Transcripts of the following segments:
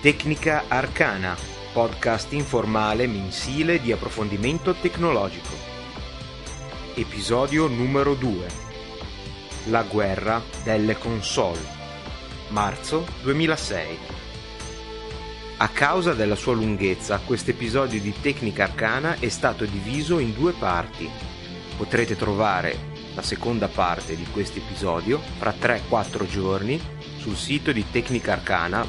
Tecnica Arcana, podcast informale mensile di approfondimento tecnologico. Episodio numero 2. La guerra delle console. Marzo 2006. A causa della sua lunghezza, questo episodio di Tecnica Arcana è stato diviso in due parti. Potrete trovare la seconda parte di questo episodio fra 3-4 giorni sul sito di Tecnica Arcana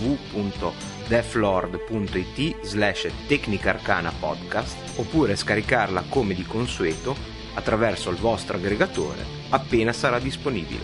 www.deflord.it/Tecnica Arcana podcast, oppure scaricarla come di consueto attraverso il vostro aggregatore appena sarà disponibile.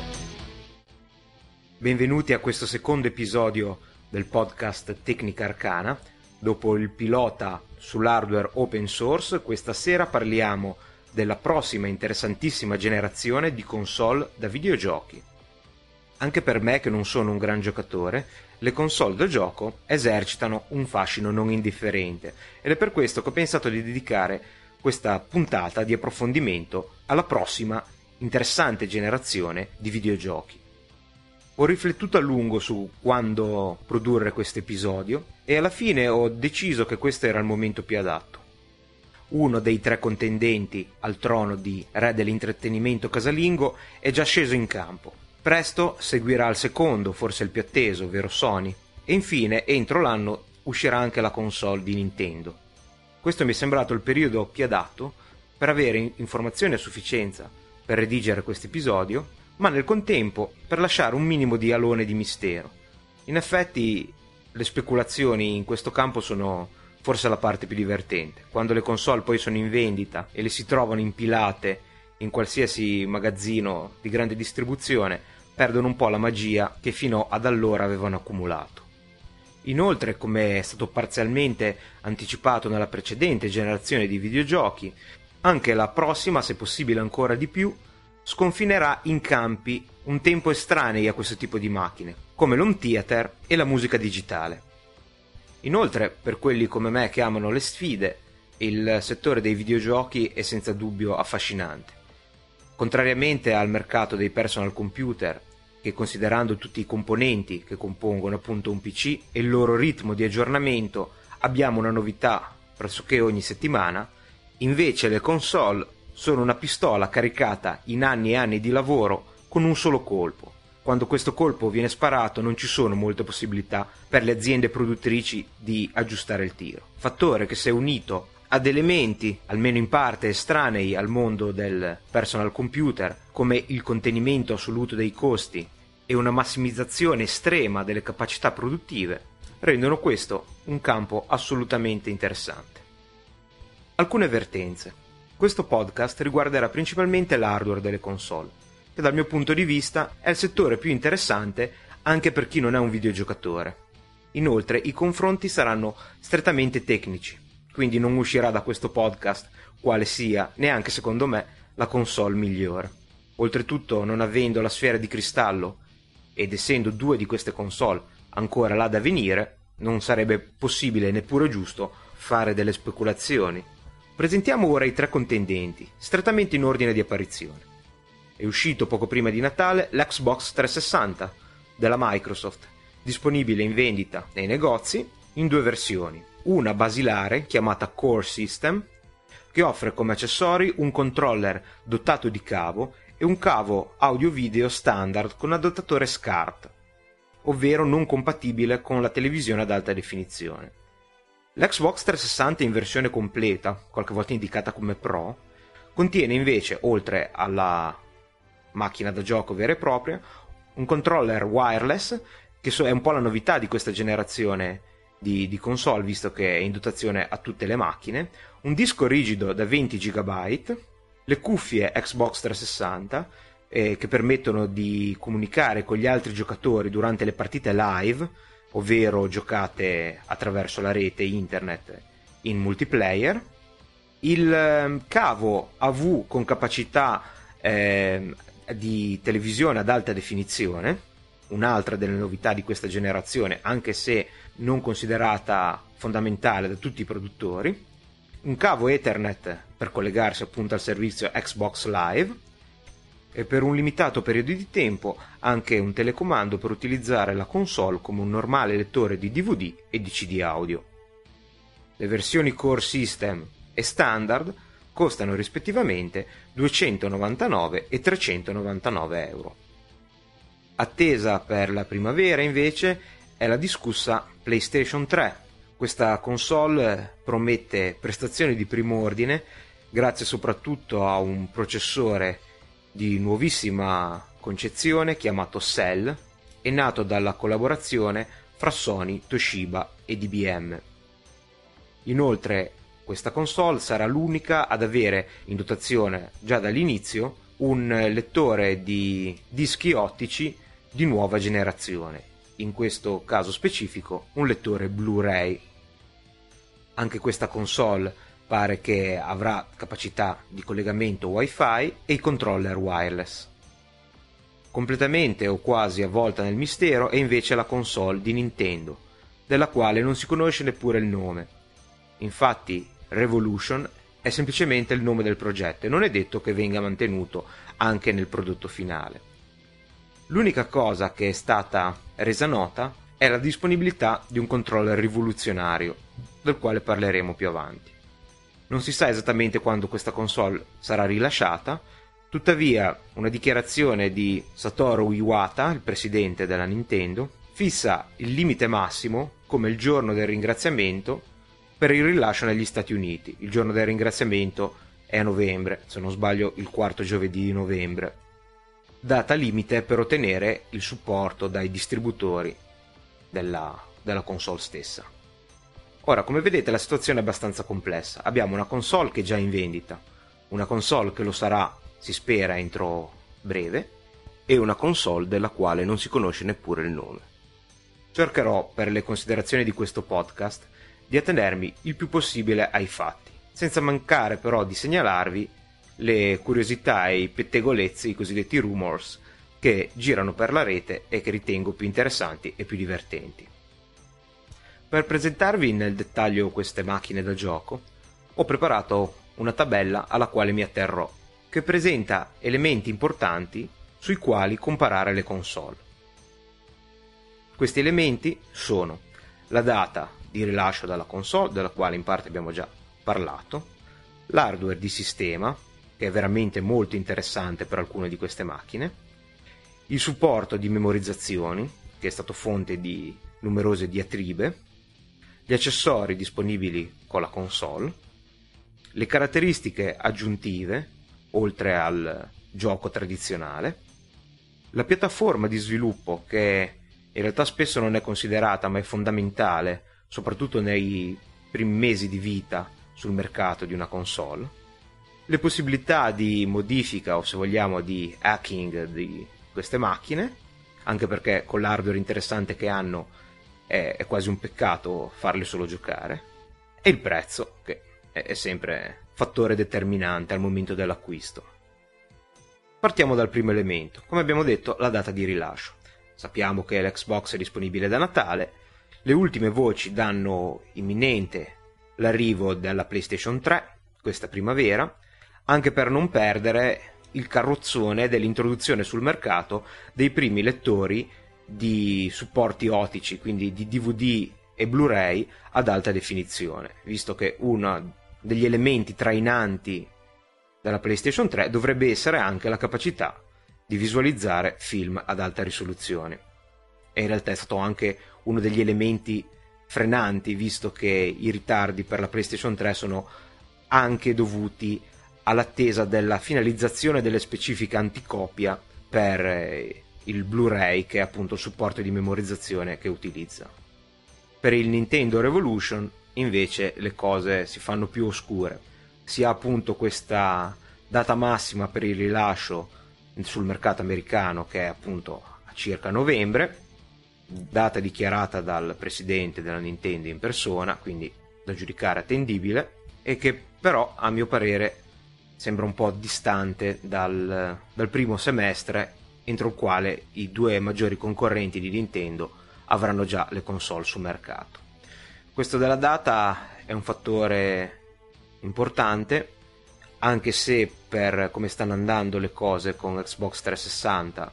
Benvenuti a questo secondo episodio del podcast Tecnica Arcana. Dopo il pilota sull'hardware open source, questa sera parliamo della prossima interessantissima generazione di console da videogiochi. Anche per me, che non sono un gran giocatore, le console da gioco esercitano un fascino non indifferente ed è per questo che ho pensato di dedicare questa puntata di approfondimento alla prossima interessante generazione di videogiochi. Ho riflettuto a lungo su quando produrre questo episodio e alla fine ho deciso che questo era il momento più adatto. Uno dei 3 contendenti al trono di re dell'intrattenimento casalingo è già sceso in campo. Presto seguirà il secondo, forse il più atteso, ovvero Sony, e infine entro l'anno uscirà anche la console di Nintendo. Questo mi è sembrato il periodo più adatto per avere informazioni a sufficienza per redigere questo episodio, ma nel contempo per lasciare un minimo di alone di mistero. In effetti le speculazioni in questo campo sono forse la parte più divertente. Quando le console poi sono in vendita e le si trovano impilate in qualsiasi magazzino di grande distribuzione, perdono un po' la magia che fino ad allora avevano accumulato. Inoltre, come è stato parzialmente anticipato nella precedente generazione di videogiochi, anche la prossima, se possibile ancora di più, sconfinerà in campi un tempo estranei a questo tipo di macchine, come l'home theater e la musica digitale. Inoltre, per quelli come me che amano le sfide, il settore dei videogiochi è senza dubbio affascinante. Contrariamente al mercato dei personal computer, che considerando tutti i componenti che compongono appunto un PC e il loro ritmo di aggiornamento abbiamo una novità pressoché ogni settimana, invece le console sono una pistola caricata in anni e anni di lavoro con un solo colpo. Quando questo colpo viene sparato non ci sono molte possibilità per le aziende produttrici di aggiustare il tiro. Fattore che, se unito ad elementi, almeno in parte estranei al mondo del personal computer, come il contenimento assoluto dei costi e una massimizzazione estrema delle capacità produttive, rendono questo un campo assolutamente interessante. Alcune avvertenze. Questo podcast riguarderà principalmente l'hardware delle console, che dal mio punto di vista è il settore più interessante anche per chi non è un videogiocatore. Inoltre i confronti saranno strettamente tecnici, quindi non uscirà da questo podcast quale sia, neanche secondo me, la console migliore. Oltretutto, non avendo la sfera di cristallo ed essendo 2 di queste console ancora là da venire, non sarebbe possibile neppure giusto fare delle speculazioni. Presentiamo ora i 3 contendenti, strettamente in ordine di apparizione. È uscito poco prima di Natale l'Xbox 360 della Microsoft, disponibile in vendita nei negozi in 2 versioni. Una basilare chiamata Core System, che offre come accessori un controller dotato di cavo e un cavo audio-video standard con adattatore SCART, ovvero non compatibile con la televisione ad alta definizione. L'Xbox 360 in versione completa, qualche volta indicata come Pro, contiene invece, oltre alla macchina da gioco vera e propria, un controller wireless, che è un po' la novità di questa generazione di console, visto che è in dotazione a tutte le macchine, un disco rigido da 20 GB, le cuffie Xbox 360 che permettono di comunicare con gli altri giocatori durante le partite live, ovvero giocate attraverso la rete internet in multiplayer, il cavo AV con capacità di televisione ad alta definizione, un'altra delle novità di questa generazione, anche se non considerata fondamentale da tutti i produttori, un cavo Ethernet per collegarsi appunto al servizio Xbox Live, e per un limitato periodo di tempo anche un telecomando per utilizzare la console come un normale lettore di DVD e di CD audio. Le versioni Core System e Standard costano rispettivamente 299 e 399 euro. Attesa per la primavera invece è la discussa PlayStation 3. Questa console promette prestazioni di primo ordine grazie soprattutto a un processore di nuovissima concezione chiamato Cell e nato dalla collaborazione fra Sony, Toshiba e IBM. Inoltre questa console sarà l'unica ad avere in dotazione già dall'inizio un lettore di dischi ottici di nuova generazione, in questo caso specifico un lettore Blu-ray. Anche questa console pare che avrà capacità di collegamento Wi-Fi e i controller wireless. Completamente o quasi avvolta nel mistero è invece la console di Nintendo, della quale non si conosce neppure il nome. Infatti Revolution è semplicemente il nome del progetto e non è detto che venga mantenuto anche nel prodotto finale. L'unica cosa che è stata resa nota è la disponibilità di un controller rivoluzionario, del quale parleremo più avanti. Non si sa esattamente quando questa console sarà rilasciata, tuttavia una dichiarazione di Satoru Iwata, il presidente della Nintendo, fissa il limite massimo come il giorno del ringraziamento per il rilascio negli Stati Uniti. Il giorno del ringraziamento è a novembre, se non sbaglio il quarto giovedì di novembre, data limite per ottenere il supporto dai distributori della console stessa. Ora, come vedete, la situazione è abbastanza complessa. Abbiamo una console che è già in vendita, una console che lo sarà, si spera, entro breve, e una console della quale non si conosce neppure il nome. Cercherò, per le considerazioni di questo podcast, di attenermi il più possibile ai fatti, senza mancare però di segnalarvi le curiosità e i pettegolezzi, i cosiddetti rumors, che girano per la rete e che ritengo più interessanti e più divertenti. Per presentarvi nel dettaglio queste macchine da gioco, ho preparato una tabella alla quale mi atterrò, che presenta elementi importanti sui quali comparare le console. Questi elementi sono la data di rilascio della console, della quale in parte abbiamo già parlato, l'hardware di sistema, che è veramente molto interessante per alcune di queste macchine, il supporto di memorizzazioni, che è stato fonte di numerose diatribe, gli accessori disponibili con la console, le caratteristiche aggiuntive, oltre al gioco tradizionale, la piattaforma di sviluppo, che in realtà spesso non è considerata ma è fondamentale, soprattutto nei primi mesi di vita sul mercato di una console, le possibilità di modifica o, se vogliamo, di hacking di queste macchine, anche perché con l'hardware interessante che hanno è quasi un peccato farle solo giocare, e il prezzo, che è sempre fattore determinante al momento dell'acquisto. Partiamo dal primo elemento, come abbiamo detto, la data di rilascio. Sappiamo che l'Xbox è disponibile da Natale, le ultime voci danno imminente l'arrivo della PlayStation 3 questa primavera, anche per non perdere il carrozzone dell'introduzione sul mercato dei primi lettori di supporti ottici, quindi di DVD e Blu-ray ad alta definizione, visto che uno degli elementi trainanti della PlayStation 3 dovrebbe essere anche la capacità di visualizzare film ad alta risoluzione. E in realtà è stato anche uno degli elementi frenanti, visto che i ritardi per la PlayStation 3 sono anche dovuti all'attesa della finalizzazione delle specifiche anticopia per il Blu-ray, che è appunto il supporto di memorizzazione che utilizza. Per il Nintendo Revolution invece le cose si fanno più oscure. Si ha appunto questa data massima per il rilascio sul mercato americano, che è appunto a circa novembre, data dichiarata dal presidente della Nintendo in persona, quindi da giudicare attendibile, e che però a mio parere sembra un po' distante dal primo semestre, entro il quale i due maggiori concorrenti di Nintendo avranno già le console sul mercato. Questo della data è un fattore importante, anche se per come stanno andando le cose con Xbox 360,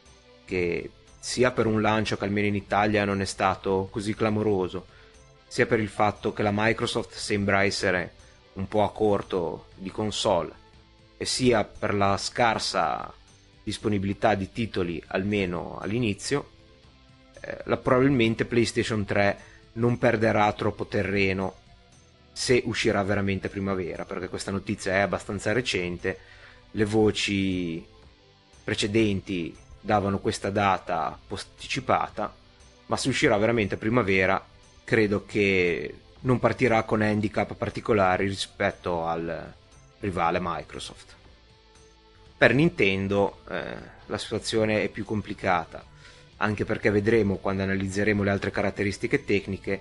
che sia per un lancio che almeno in Italia non è stato così clamoroso, sia per il fatto che la Microsoft sembra essere un po' a corto di console, e sia per la scarsa disponibilità di titoli almeno all'inizio, probabilmente PlayStation 3 non perderà troppo terreno se uscirà veramente a primavera, perché questa notizia è abbastanza recente. Le voci precedenti davano questa data posticipata, ma se uscirà veramente a primavera credo che non partirà con handicap particolari rispetto al rivale Microsoft. Per Nintendo la situazione è più complicata, anche perché vedremo quando analizzeremo le altre caratteristiche tecniche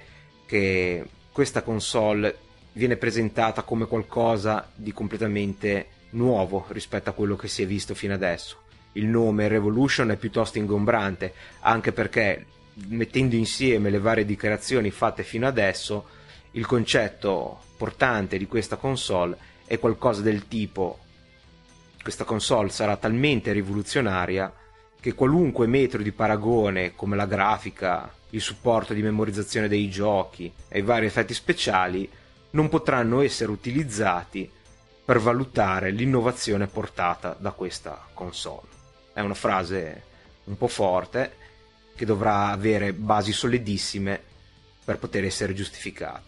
che questa console viene presentata come qualcosa di completamente nuovo rispetto a quello che si è visto fino adesso. Il nome Revolution è piuttosto ingombrante, anche perché mettendo insieme le varie dichiarazioni fatte fino adesso, il concetto portante di questa console è qualcosa del tipo: questa console sarà talmente rivoluzionaria che qualunque metro di paragone, come la grafica, il supporto di memorizzazione dei giochi e i vari effetti speciali, non potranno essere utilizzati per valutare l'innovazione portata da questa console. È una frase un po' forte, che dovrà avere basi solidissime per poter essere giustificata.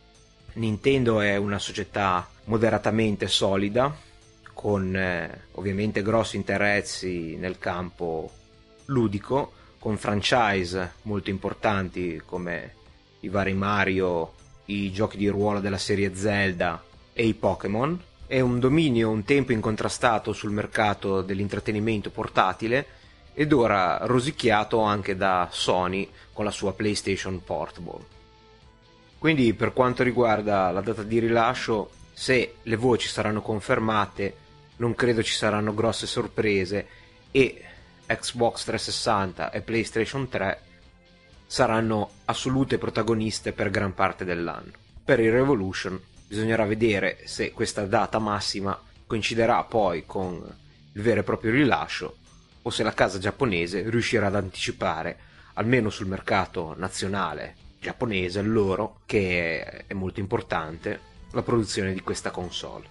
Nintendo è una società moderatamente solida, con ovviamente grossi interessi nel campo ludico, con franchise molto importanti come i vari Mario, i giochi di ruolo della serie Zelda e i Pokémon, e un dominio un tempo incontrastato sul mercato dell'intrattenimento portatile, ed ora rosicchiato anche da Sony con la sua PlayStation Portable. Quindi, per quanto riguarda la data di rilascio, se le voci saranno confermate, non credo ci saranno grosse sorprese, e Xbox 360 e PlayStation 3 saranno assolute protagoniste per gran parte dell'anno. Per il Revolution bisognerà vedere se questa data massima coinciderà poi con il vero e proprio rilascio, o se la casa giapponese riuscirà ad anticipare, almeno sul mercato nazionale giapponese, il loro, che è molto importante, la produzione di questa console.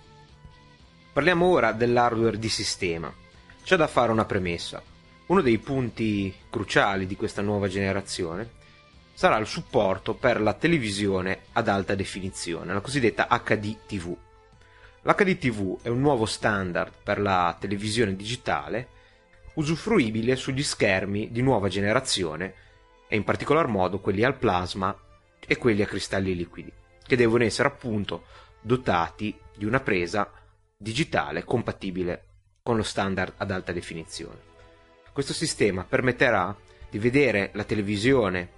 Parliamo ora dell'hardware di sistema. C'è da fare una premessa. Uno dei punti cruciali di questa nuova generazione sarà il supporto per la televisione ad alta definizione, la cosiddetta HD TV. L'HD TV è un nuovo standard per la televisione digitale usufruibile sugli schermi di nuova generazione, e in particolar modo quelli al plasma e quelli a cristalli liquidi, che devono essere appunto dotati di una presa digitale compatibile con lo standard ad alta definizione. Questo sistema permetterà di vedere la televisione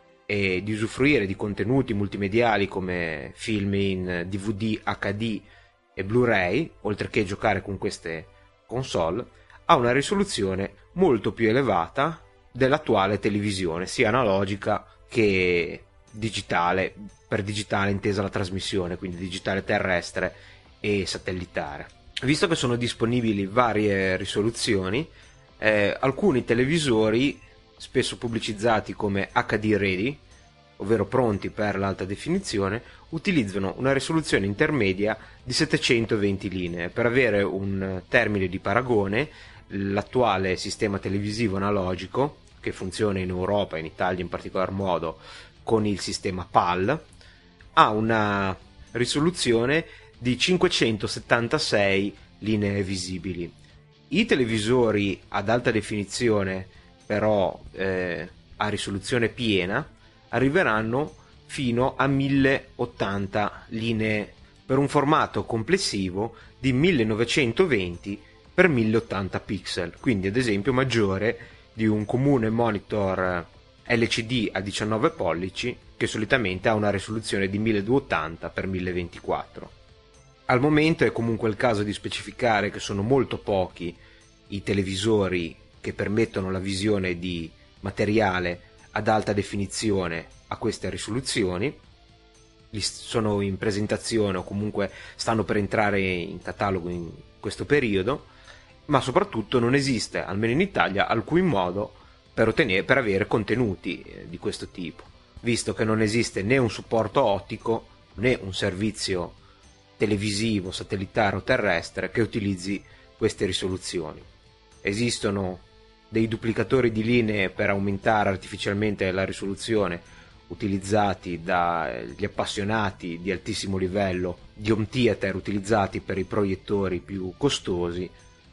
e di usufruire di contenuti multimediali come film in DVD, HD e Blu-ray, oltre che giocare con queste console, a una risoluzione molto più elevata dell'attuale televisione, sia analogica che digitale, per digitale intesa la trasmissione, quindi digitale terrestre e satellitare. Visto che sono disponibili varie risoluzioni, alcuni televisori, spesso pubblicizzati come HD Ready, ovvero pronti per l'alta definizione, utilizzano una risoluzione intermedia di 720 linee. Per avere un termine di paragone, l'attuale sistema televisivo analogico, che funziona in Europa e in Italia in particolar modo con il sistema PAL, ha una risoluzione di 576 linee visibili. I televisori ad alta definizione, però a risoluzione piena, arriveranno fino a 1080 linee, per un formato complessivo di 1920 x 1080 pixel, quindi ad esempio maggiore di un comune monitor LCD a 19 pollici, che solitamente ha una risoluzione di 1280 x 1024. Al momento è comunque il caso di specificare che sono molto pochi i televisori che permettono la visione di materiale ad alta definizione a queste risoluzioni, sono in presentazione o comunque stanno per entrare in catalogo in questo periodo, ma soprattutto non esiste, almeno in Italia, alcun modo per avere contenuti di questo tipo, visto che non esiste né un supporto ottico né un servizio televisivo, satellitare o terrestre che utilizzi queste risoluzioni. Esistono dei duplicatori di linee per aumentare artificialmente la risoluzione utilizzati dagli appassionati di altissimo livello di home theater utilizzati per i proiettori più costosi,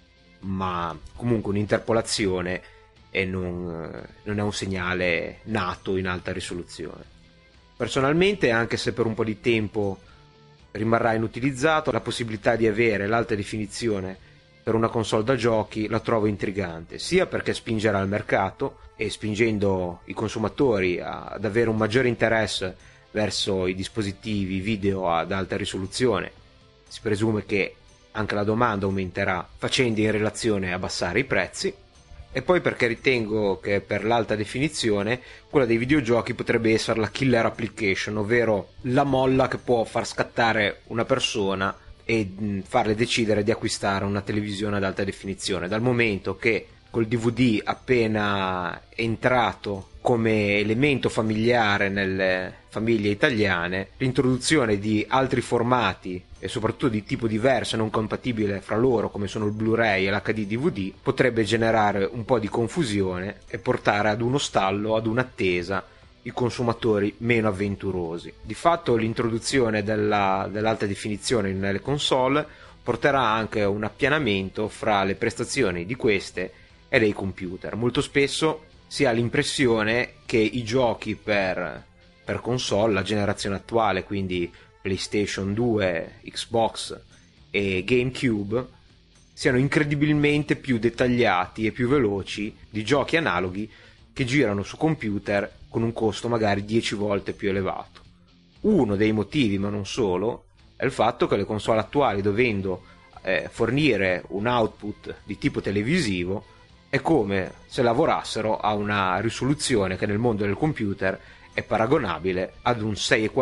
ma comunque un'interpolazione e non è un segnale nato in alta risoluzione. Personalmente, anche se per un po' di tempo rimarrà inutilizzato, la possibilità di avere l'alta definizione per una console da giochi la trovo intrigante, sia perché spingerà il mercato e spingendo i consumatori ad avere un maggiore interesse verso i dispositivi video ad alta risoluzione. Si presume che anche la domanda aumenterà, facendo in relazione abbassare i prezzi, e poi perché ritengo che per l'alta definizione quella dei videogiochi potrebbe essere la killer application, ovvero la molla che può far scattare una persona e farle decidere di acquistare una televisione ad alta definizione, dal momento che col DVD appena entrato come elemento familiare nelle famiglie italiane, l'introduzione di altri formati e soprattutto di tipo diverso e non compatibile fra loro, come sono il Blu-ray e l'HD DVD, potrebbe generare un po' di confusione e portare ad uno stallo, ad un'attesa, i consumatori meno avventurosi. Di fatto l'introduzione dell'alta definizione nelle console porterà anche a un appianamento fra le prestazioni di queste e dei computer. Molto spesso si ha l'impressione che i giochi per console, la generazione attuale, quindi PlayStation 2, Xbox e GameCube, siano incredibilmente più dettagliati e più veloci di giochi analoghi che girano su computer con un costo magari 10 volte più elevato. Uno dei motivi, ma non solo, è il fatto che le console attuali, dovendo fornire un output di tipo televisivo, è come se lavorassero a una risoluzione che nel mondo del computer è paragonabile ad un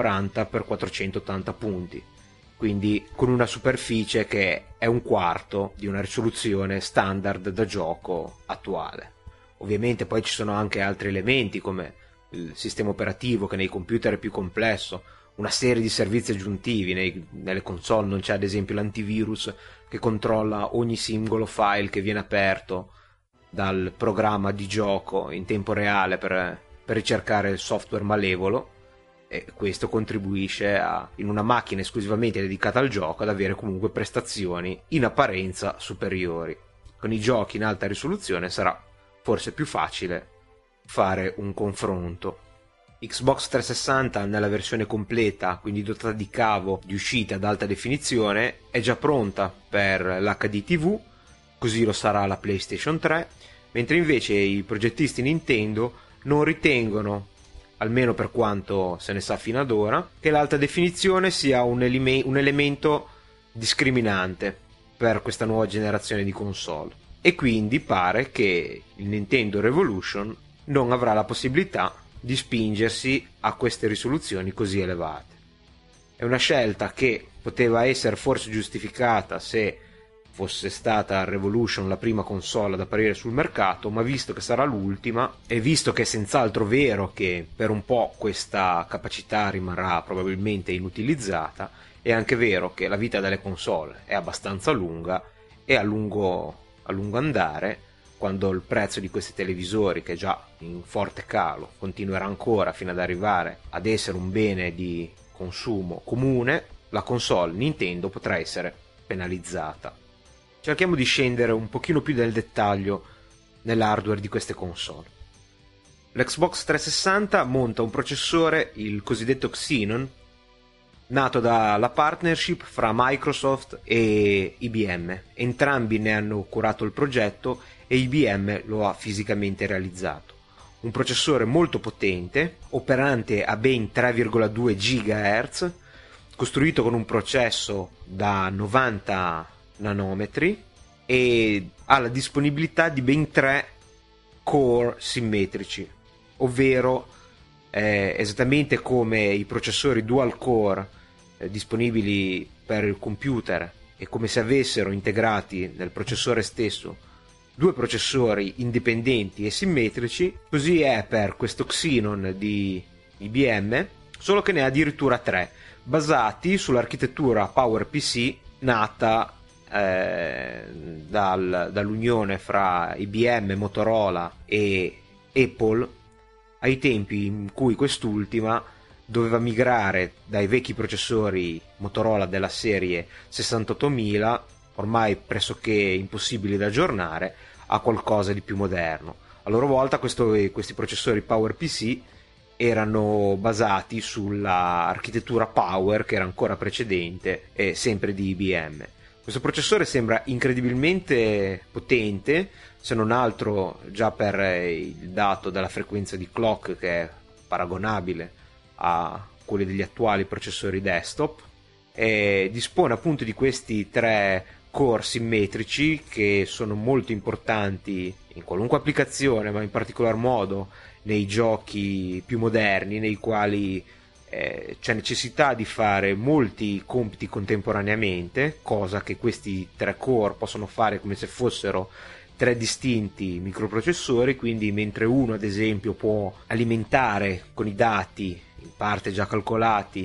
640x480 punti, quindi con una superficie che è un quarto di una risoluzione standard da gioco attuale. Ovviamente poi ci sono anche altri elementi come il sistema operativo, che nei computer è più complesso, una serie di servizi aggiuntivi. Nelle console non c'è ad esempio l'antivirus che controlla ogni singolo file che viene aperto dal programma di gioco in tempo reale per ricercare il software malevolo, e questo contribuisce in una macchina esclusivamente dedicata al gioco ad avere comunque prestazioni in apparenza superiori. Con i giochi in alta risoluzione sarà forse più facile fare un confronto. Xbox 360 nella versione completa, quindi dotata di cavo di uscita ad alta definizione, è già pronta per l'HD TV, così lo sarà la PlayStation 3, mentre invece i progettisti Nintendo non ritengono, almeno per quanto se ne sa fino ad ora, che l'alta definizione sia un elemento discriminante per questa nuova generazione di console, e quindi pare che il Nintendo Revolution non avrà la possibilità di spingersi a queste risoluzioni così elevate. È una scelta che poteva essere forse giustificata se fosse stata Revolution la prima console ad apparire sul mercato, ma visto che sarà l'ultima e visto che è senz'altro vero che per un po' questa capacità rimarrà probabilmente inutilizzata, è anche vero che la vita delle console è abbastanza lunga e a lungo andare, quando il prezzo di questi televisori, che è già in forte calo, continuerà ancora fino ad arrivare ad essere un bene di consumo comune, la console Nintendo potrà essere penalizzata. Cerchiamo di scendere un pochino più nel dettaglio nell'hardware di queste console. L'Xbox 360 monta un processore, il cosiddetto Xenon, nato dalla partnership fra Microsoft e IBM. Entrambi ne hanno curato il progetto e IBM lo ha fisicamente realizzato. Un processore molto potente, operante a ben 3,2 GHz, costruito con un processo da 90 nanometri e ha la disponibilità di ben 3 core simmetrici, ovvero esattamente come i processori dual core disponibili per il computer, e come se avessero integrati nel processore stesso due processori indipendenti e simmetrici, così è per questo Xenon di IBM, solo che ne ha addirittura 3, basati sull'architettura PowerPC nata dall'unione fra IBM, Motorola e Apple, ai tempi in cui quest'ultima doveva migrare dai vecchi processori Motorola della serie 68000, ormai pressoché impossibili da aggiornare, a qualcosa di più moderno. A loro volta questi processori PowerPC erano basati sulla architettura Power, che era ancora precedente e sempre di IBM. Questo processore sembra incredibilmente potente, se non altro già per il dato della frequenza di clock, che è paragonabile a quelli degli attuali processori desktop, e dispone appunto di questi 3 core simmetrici che sono molto importanti in qualunque applicazione, ma in particolar modo nei giochi più moderni, nei quali c'è necessità di fare molti compiti contemporaneamente, cosa che questi 3 core possono fare come se fossero 3 distinti microprocessori. Quindi mentre uno ad esempio può alimentare con i dati in parte già calcolati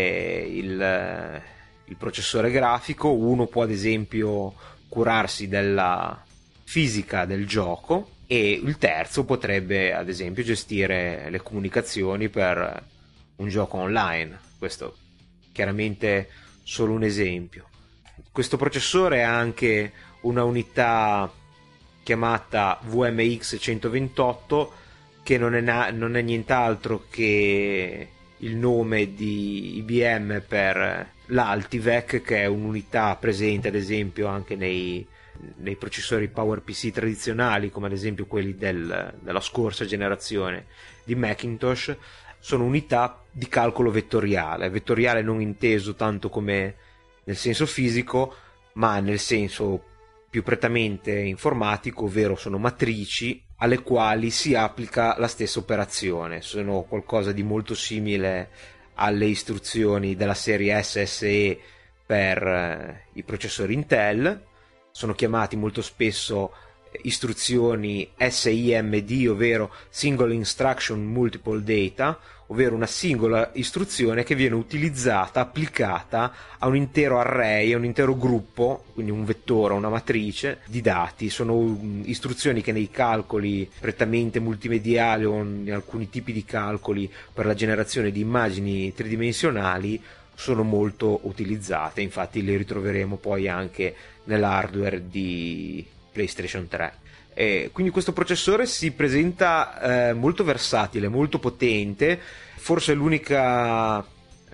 il processore grafico, uno può ad esempio curarsi della fisica del gioco, e il terzo potrebbe ad esempio gestire le comunicazioni per un gioco online. Questo chiaramente solo un esempio. Questo processore ha anche una unità chiamata VMX 128, che non è nient'altro che il nome di IBM per l'Altivec, che è un'unità presente ad esempio anche nei processori PowerPC tradizionali, come ad esempio quelli della scorsa generazione di Macintosh. Sono unità di calcolo vettoriale non inteso tanto come nel senso fisico, ma nel senso più prettamente informatico, ovvero sono matrici alle quali si applica la stessa operazione. Sono qualcosa di molto simile alle istruzioni della serie SSE per i processori Intel. Sono chiamati molto spesso istruzioni SIMD, ovvero Single Instruction Multiple Data, ovvero una singola istruzione che viene utilizzata, applicata a un intero array, a un intero gruppo, quindi un vettore, una matrice di dati. Sono istruzioni che nei calcoli prettamente multimediali o in alcuni tipi di calcoli per la generazione di immagini tridimensionali sono molto utilizzate, infatti le ritroveremo poi anche nell'hardware di PlayStation 3. Quindi questo processore si presenta molto versatile, molto potente. Forse l'unica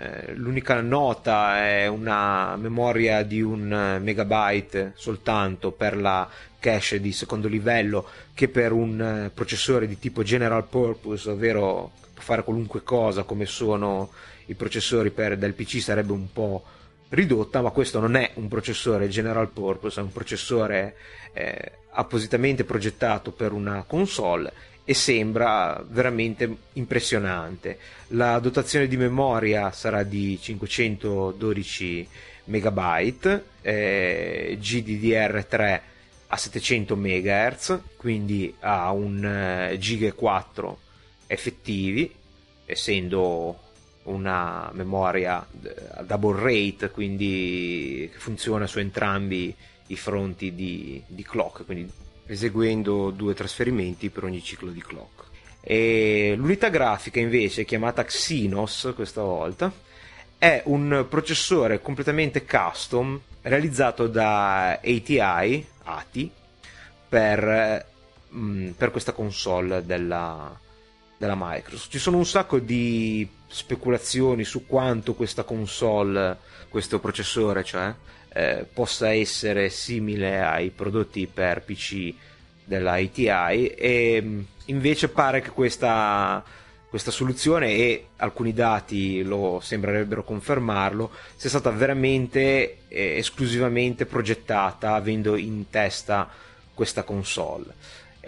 nota è una memoria di 1 megabyte soltanto per la cache di secondo livello, che per un processore di tipo general purpose, ovvero può fare qualunque cosa come sono i processori del PC, sarebbe un po' ridotta. Ma questo non è un processore general purpose, è un processore appositamente progettato per una console, e sembra veramente impressionante. La dotazione di memoria sarà di 512 megabyte, GDDR3 a 700 MHz, quindi a 1 giga e 4 effettivi, essendo una memoria a double rate, quindi che funziona su entrambi i fronti di clock, quindi eseguendo 2 trasferimenti per ogni ciclo di clock. E l'unità grafica invece, chiamata Xenos questa volta, è un processore completamente custom realizzato da ATI per questa console della Microsoft. Ci sono un sacco di speculazioni su quanto questa console, questo processore cioè, possa essere simile ai prodotti per PC della ATI, e invece pare che questa soluzione, e alcuni dati lo sembrerebbero confermarlo, sia stata veramente esclusivamente progettata avendo in testa questa console.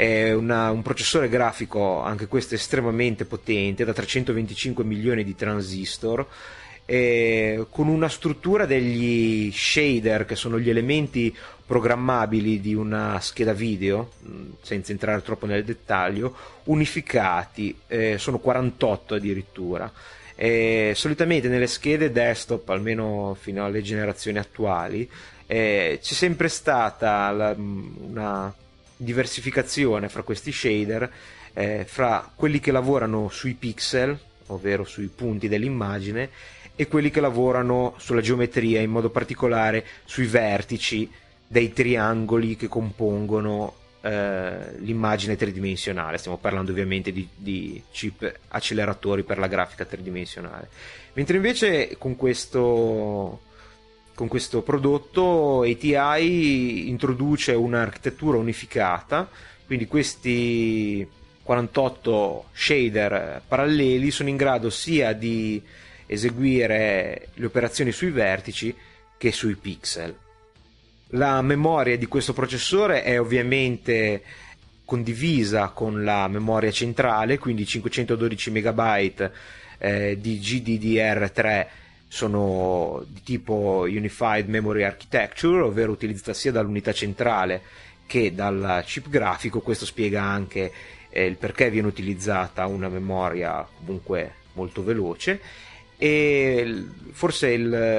È un processore grafico, anche questo estremamente potente, da 325 milioni di transistor, con una struttura degli shader, che sono gli elementi programmabili di una scheda video, senza entrare troppo nel dettaglio, unificati, sono 48 addirittura. Solitamente nelle schede desktop, almeno fino alle generazioni attuali, c'è sempre stata una diversificazione fra questi shader, fra quelli che lavorano sui pixel, ovvero sui punti dell'immagine, e quelli che lavorano sulla geometria, in modo particolare sui vertici dei triangoli che compongono l'immagine tridimensionale. Stiamo parlando ovviamente di chip acceleratori per la grafica tridimensionale. Mentre invece con questo prodotto ATI introduce un'architettura unificata, quindi questi 48 shader paralleli sono in grado sia di eseguire le operazioni sui vertici che sui pixel. La memoria di questo processore è ovviamente condivisa con la memoria centrale, quindi 512 MB di GDDR3 sono di tipo Unified Memory Architecture, ovvero utilizzata sia dall'unità centrale che dal chip grafico. Questo spiega anche il perché viene utilizzata una memoria comunque molto veloce, e forse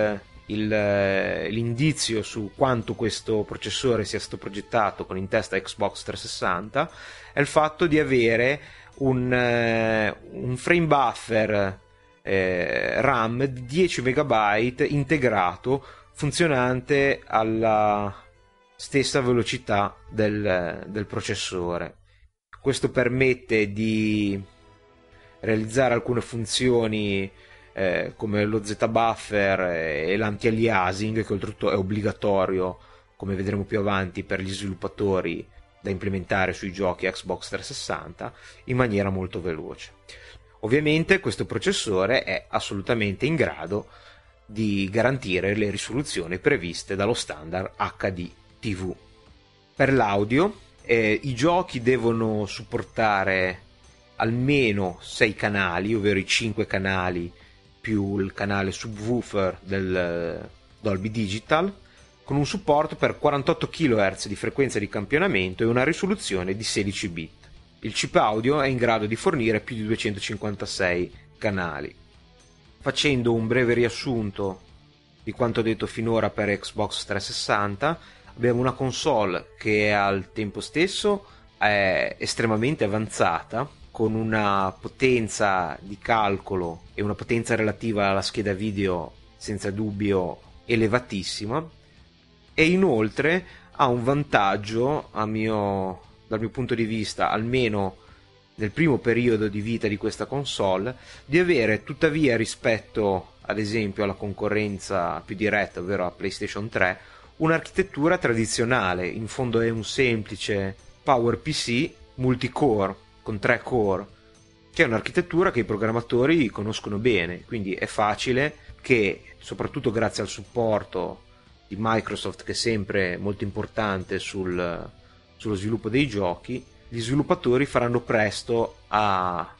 l'indizio su quanto questo processore sia stato progettato con in testa Xbox 360 è il fatto di avere un frame buffer RAM di 10 MB integrato, funzionante alla stessa velocità del processore. Questo permette di realizzare alcune funzioni come lo Z-buffer e l'anti-aliasing, che oltretutto è obbligatorio, come vedremo più avanti, per gli sviluppatori da implementare sui giochi Xbox 360, in maniera molto veloce. Ovviamente questo processore è assolutamente in grado di garantire le risoluzioni previste dallo standard HD TV. Per l'audio, i giochi devono supportare almeno 6 canali, ovvero i 5 canali più il canale subwoofer del Dolby Digital, con un supporto per 48 kHz di frequenza di campionamento e una risoluzione di 16 bit. Il chip audio è in grado di fornire più di 256 canali. Facendo un breve riassunto di quanto detto finora per Xbox 360, abbiamo una console che al tempo stesso è estremamente avanzata, con una potenza di calcolo e una potenza relativa alla scheda video senza dubbio elevatissima, e inoltre ha un vantaggio, dal mio punto di vista, almeno nel primo periodo di vita di questa console, di avere tuttavia, rispetto ad esempio alla concorrenza più diretta, ovvero a PlayStation 3, un'architettura tradizionale. In fondo è un semplice PowerPC multicore con 3 core, che è un'architettura che i programmatori conoscono bene, quindi è facile che, soprattutto grazie al supporto di Microsoft, che è sempre molto importante sullo sviluppo dei giochi, gli sviluppatori faranno presto a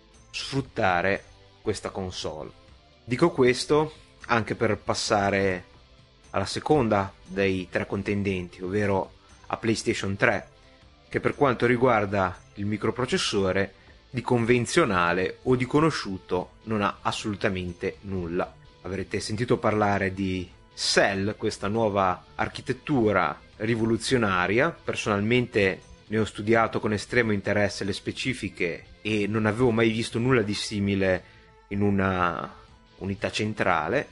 sfruttare questa console. Dico questo anche per passare alla seconda dei 3 contendenti, ovvero a PlayStation 3, che per quanto riguarda il microprocessore di convenzionale o di conosciuto non ha assolutamente nulla. Avrete sentito parlare di Cell, questa nuova architettura rivoluzionaria. Personalmente ne ho studiato con estremo interesse le specifiche e non avevo mai visto nulla di simile in una unità centrale,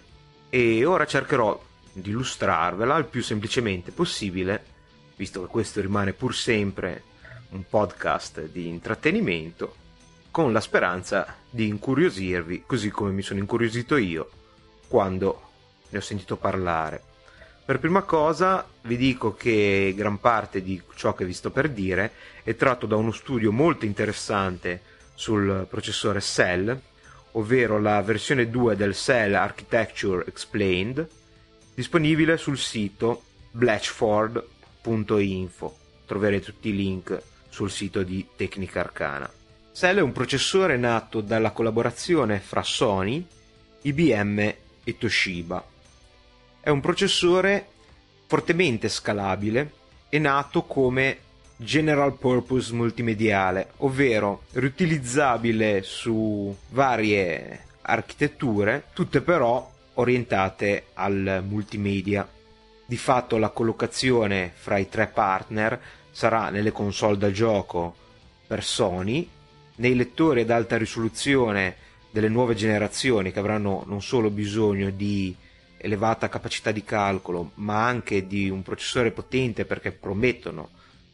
e ora cercherò di illustrarvela il più semplicemente possibile, visto che questo rimane pur sempre un podcast di intrattenimento, con la speranza di incuriosirvi così come mi sono incuriosito io quando ne ho sentito parlare. Per prima cosa vi dico che gran parte di ciò che vi sto per dire è tratto da uno studio molto interessante sul processore Cell, ovvero la versione 2 del Cell Architecture Explained, disponibile sul sito blatchford.info. Troverete tutti i link sul sito di Tecnica Arcana. Cell è un processore nato dalla collaborazione fra Sony, IBM e Toshiba. È un processore fortemente scalabile e nato come general purpose multimediale, ovvero riutilizzabile su varie architetture, tutte però orientate al multimedia. Di fatto la collocazione fra i tre partner sarà nelle console da gioco per Sony, nei lettori ad alta risoluzione delle nuove generazioni, che avranno non solo bisogno di elevata capacità di calcolo ma anche di un processore potente, perché promettono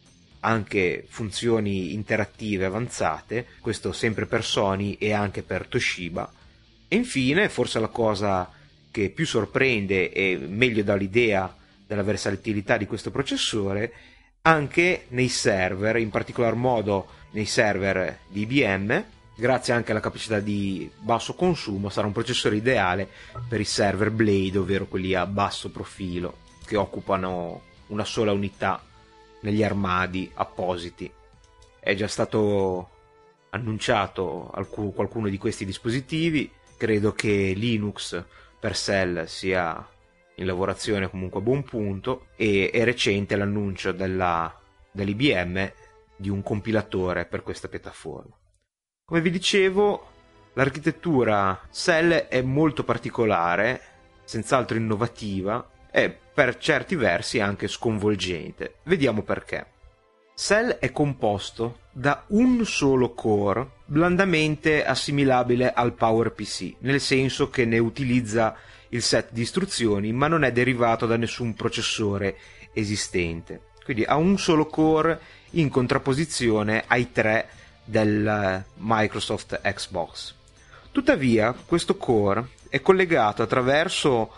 anche funzioni interattive avanzate, questo sempre per Sony e anche per Toshiba. E infine, forse la cosa che più sorprende e meglio dà l'idea della versatilità di questo processore, anche nei server, in particolar modo nei server di IBM, grazie anche alla capacità di basso consumo, sarà un processore ideale per i server Blade, ovvero quelli a basso profilo, che occupano una sola unità negli armadi appositi. È già stato annunciato qualcuno di questi dispositivi, credo che Linux per Cell sia in lavorazione comunque a buon punto, e è recente l'annuncio dell'IBM di un compilatore per questa piattaforma. Come vi dicevo, l'architettura Cell è molto particolare, senz'altro innovativa e per certi versi anche sconvolgente. Vediamo perché. Cell è composto da un solo core blandamente assimilabile al PowerPC, nel senso che ne utilizza il set di istruzioni ma non è derivato da nessun processore esistente. Quindi ha un solo core in contrapposizione ai tre del Microsoft Xbox. Tuttavia, questo core è collegato attraverso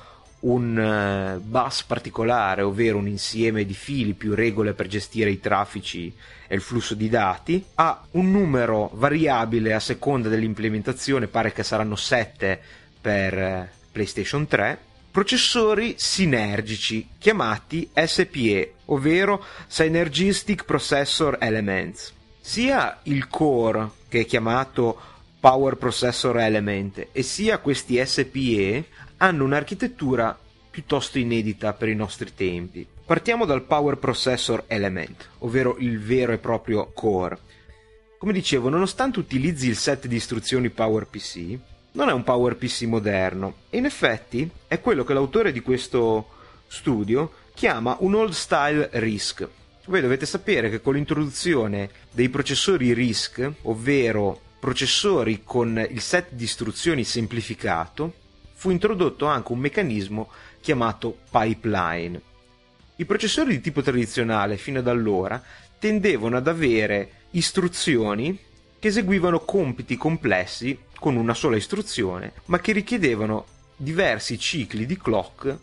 un bus particolare, ovvero un insieme di fili più regole per gestire i traffici e il flusso di dati, a un numero variabile a seconda dell'implementazione, pare che saranno 7 per PlayStation 3, processori sinergici chiamati SPE, ovvero Synergistic Processor Elements. Sia il core, che è chiamato Power Processor Element, e sia questi SPE hanno un'architettura piuttosto inedita per i nostri tempi. Partiamo dal Power Processor Element, ovvero il vero e proprio core. Come dicevo, nonostante utilizzi il set di istruzioni PowerPC, non è un PowerPC moderno, e in effetti è quello che l'autore di questo studio chiama un old style RISC. Voi dovete sapere che con l'introduzione dei processori RISC, ovvero processori con il set di istruzioni semplificato, fu introdotto anche un meccanismo chiamato pipeline. I processori di tipo tradizionale fino ad allora tendevano ad avere istruzioni che eseguivano compiti complessi con una sola istruzione, ma che richiedevano diversi cicli di clock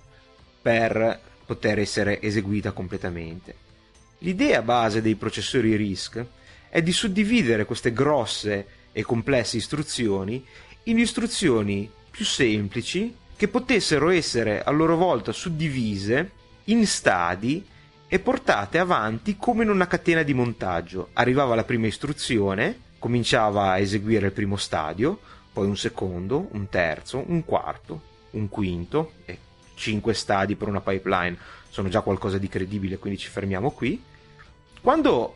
per poter essere eseguita completamente. L'idea base dei processori RISC è di suddividere queste grosse e complesse istruzioni in istruzioni più semplici che potessero essere a loro volta suddivise in stadi e portate avanti come in una catena di montaggio. Arrivava la prima istruzione, cominciava a eseguire il primo stadio, poi un secondo, un terzo, un quarto, un quinto, e 5 stadi per una pipeline sono già qualcosa di credibile, quindi ci fermiamo qui. Quando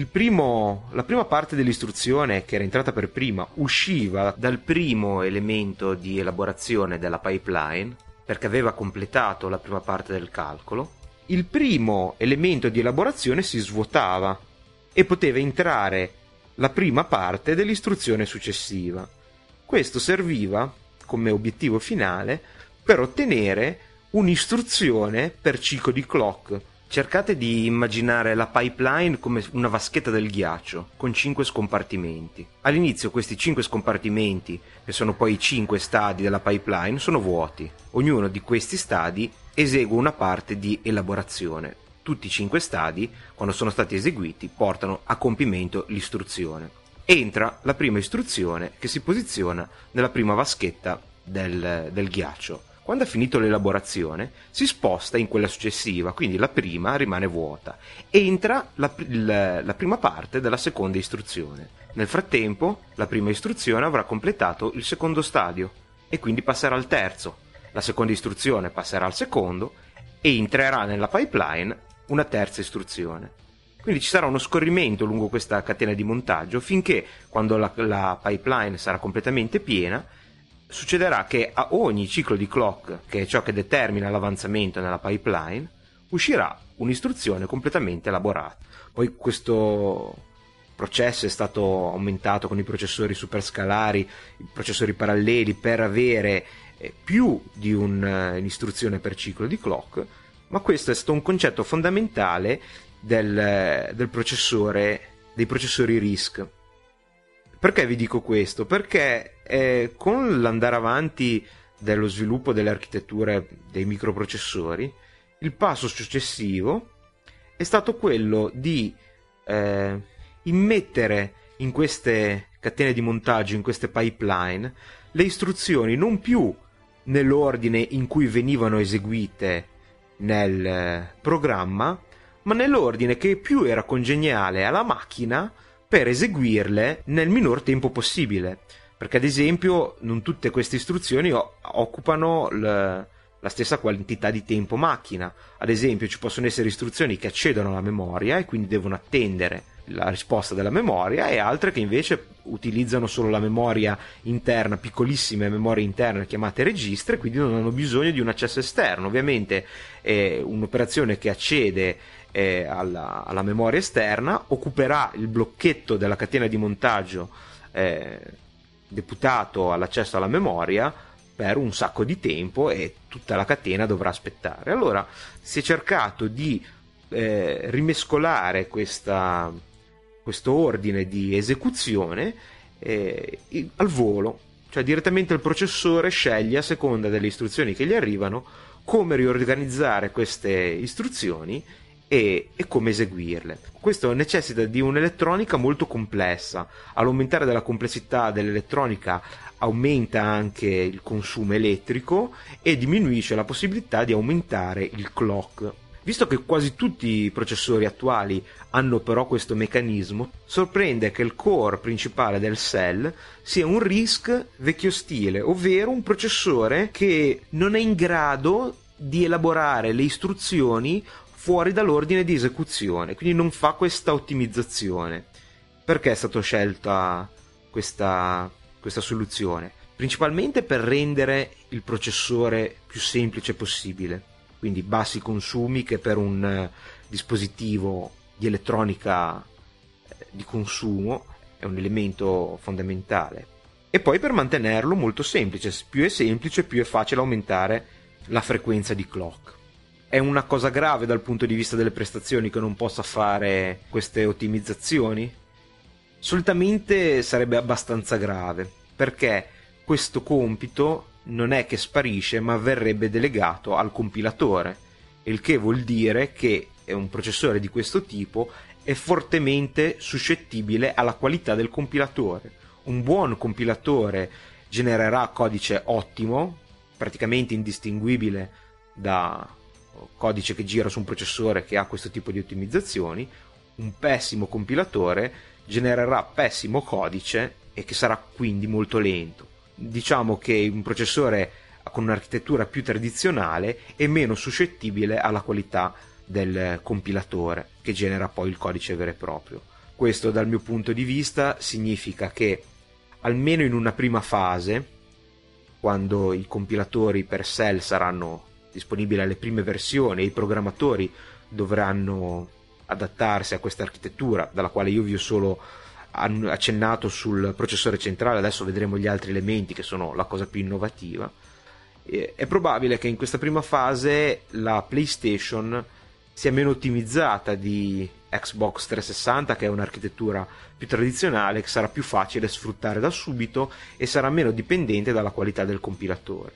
la prima parte dell'istruzione, che era entrata per prima, usciva dal primo elemento di elaborazione della pipeline, perché aveva completato la prima parte del calcolo, il primo elemento di elaborazione si svuotava e poteva entrare la prima parte dell'istruzione successiva. Questo serviva come obiettivo finale per ottenere un'istruzione per ciclo di clock. Cercate di immaginare la pipeline come una vaschetta del ghiaccio, con 5 scompartimenti. All'inizio questi 5 scompartimenti, che sono poi i 5 stadi della pipeline, sono vuoti. Ognuno di questi stadi esegue una parte di elaborazione. Tutti i 5 stadi, quando sono stati eseguiti, portano a compimento l'istruzione. Entra la prima istruzione che si posiziona nella prima vaschetta del ghiaccio. Quando ha finito l'elaborazione, si sposta in quella successiva, quindi la prima rimane vuota. Entra la prima parte della seconda istruzione. Nel frattempo, la prima istruzione avrà completato il secondo stadio e quindi passerà al terzo. La seconda istruzione passerà al secondo e entrerà nella pipeline una terza istruzione. Quindi ci sarà uno scorrimento lungo questa catena di montaggio finché, quando la pipeline sarà completamente piena, succederà che a ogni ciclo di clock, che è ciò che determina l'avanzamento nella pipeline, uscirà un'istruzione completamente elaborata. Poi questo processo è stato aumentato con i processori superscalari, i processori paralleli, per avere più di un'istruzione per ciclo di clock, ma questo è stato un concetto fondamentale del processore, dei processori RISC. Perché vi dico questo? Perché con l'andare avanti dello sviluppo delle architetture dei microprocessori, il passo successivo è stato quello di immettere in queste catene di montaggio, in queste pipeline, le istruzioni non più nell'ordine in cui venivano eseguite nel programma, ma nell'ordine che più era congeniale alla macchina per eseguirle nel minor tempo possibile, perché ad esempio non tutte queste istruzioni occupano la stessa quantità di tempo macchina. Ad esempio ci possono essere istruzioni che accedono alla memoria e quindi devono attendere la risposta della memoria, e altre che invece utilizzano solo la memoria interna, piccolissime memorie interne chiamate registri, e quindi non hanno bisogno di un accesso esterno. Ovviamente un'operazione che accede alla memoria esterna occuperà il blocchetto della catena di montaggio deputato all'accesso alla memoria per un sacco di tempo, e tutta la catena dovrà aspettare. Allora si è cercato di rimescolare questo ordine di esecuzione al volo, cioè direttamente il processore sceglie, a seconda delle istruzioni che gli arrivano, come riorganizzare queste istruzioni e come eseguirle. Questo necessita di un'elettronica molto complessa. All'aumentare della complessità dell'elettronica aumenta anche il consumo elettrico e diminuisce la possibilità di aumentare il clock. Visto che quasi tutti i processori attuali hanno però questo meccanismo, sorprende che il core principale del cell sia un RISC vecchio stile, ovvero un processore che non è in grado di elaborare le istruzioni fuori dall'ordine di esecuzione, quindi non fa questa ottimizzazione. Perché è stata scelta questa soluzione? Principalmente per rendere il processore più semplice possibile, quindi bassi consumi, che per un dispositivo di elettronica di consumo è un elemento fondamentale, e poi per mantenerlo molto semplice. Più è semplice, più è facile aumentare la frequenza di clock. È una cosa grave dal punto di vista delle prestazioni che non possa fare queste ottimizzazioni? Solitamente sarebbe abbastanza grave, perché questo compito non è che sparisce, ma verrebbe delegato al compilatore, il che vuol dire che un processore di questo tipo è fortemente suscettibile alla qualità del compilatore. Un buon compilatore genererà codice ottimo, praticamente indistinguibile da codice che gira su un processore che ha questo tipo di ottimizzazioni. Un pessimo compilatore genererà pessimo codice e che sarà quindi molto lento. Diciamo che un processore con un'architettura più tradizionale è meno suscettibile alla qualità del compilatore che genera poi il codice vero e proprio. Questo, dal mio punto di vista, significa che almeno in una prima fase, quando i compilatori per Cell saranno disponibili alle prime versioni e i programmatori dovranno adattarsi a questa architettura, dalla quale io vi ho solo accennato sul processore centrale, adesso vedremo gli altri elementi che sono la cosa più innovativa. È probabile che in questa prima fase la PlayStation sia meno ottimizzata di Xbox 360, che è un'architettura più tradizionale, che sarà più facile sfruttare da subito e sarà meno dipendente dalla qualità del compilatore.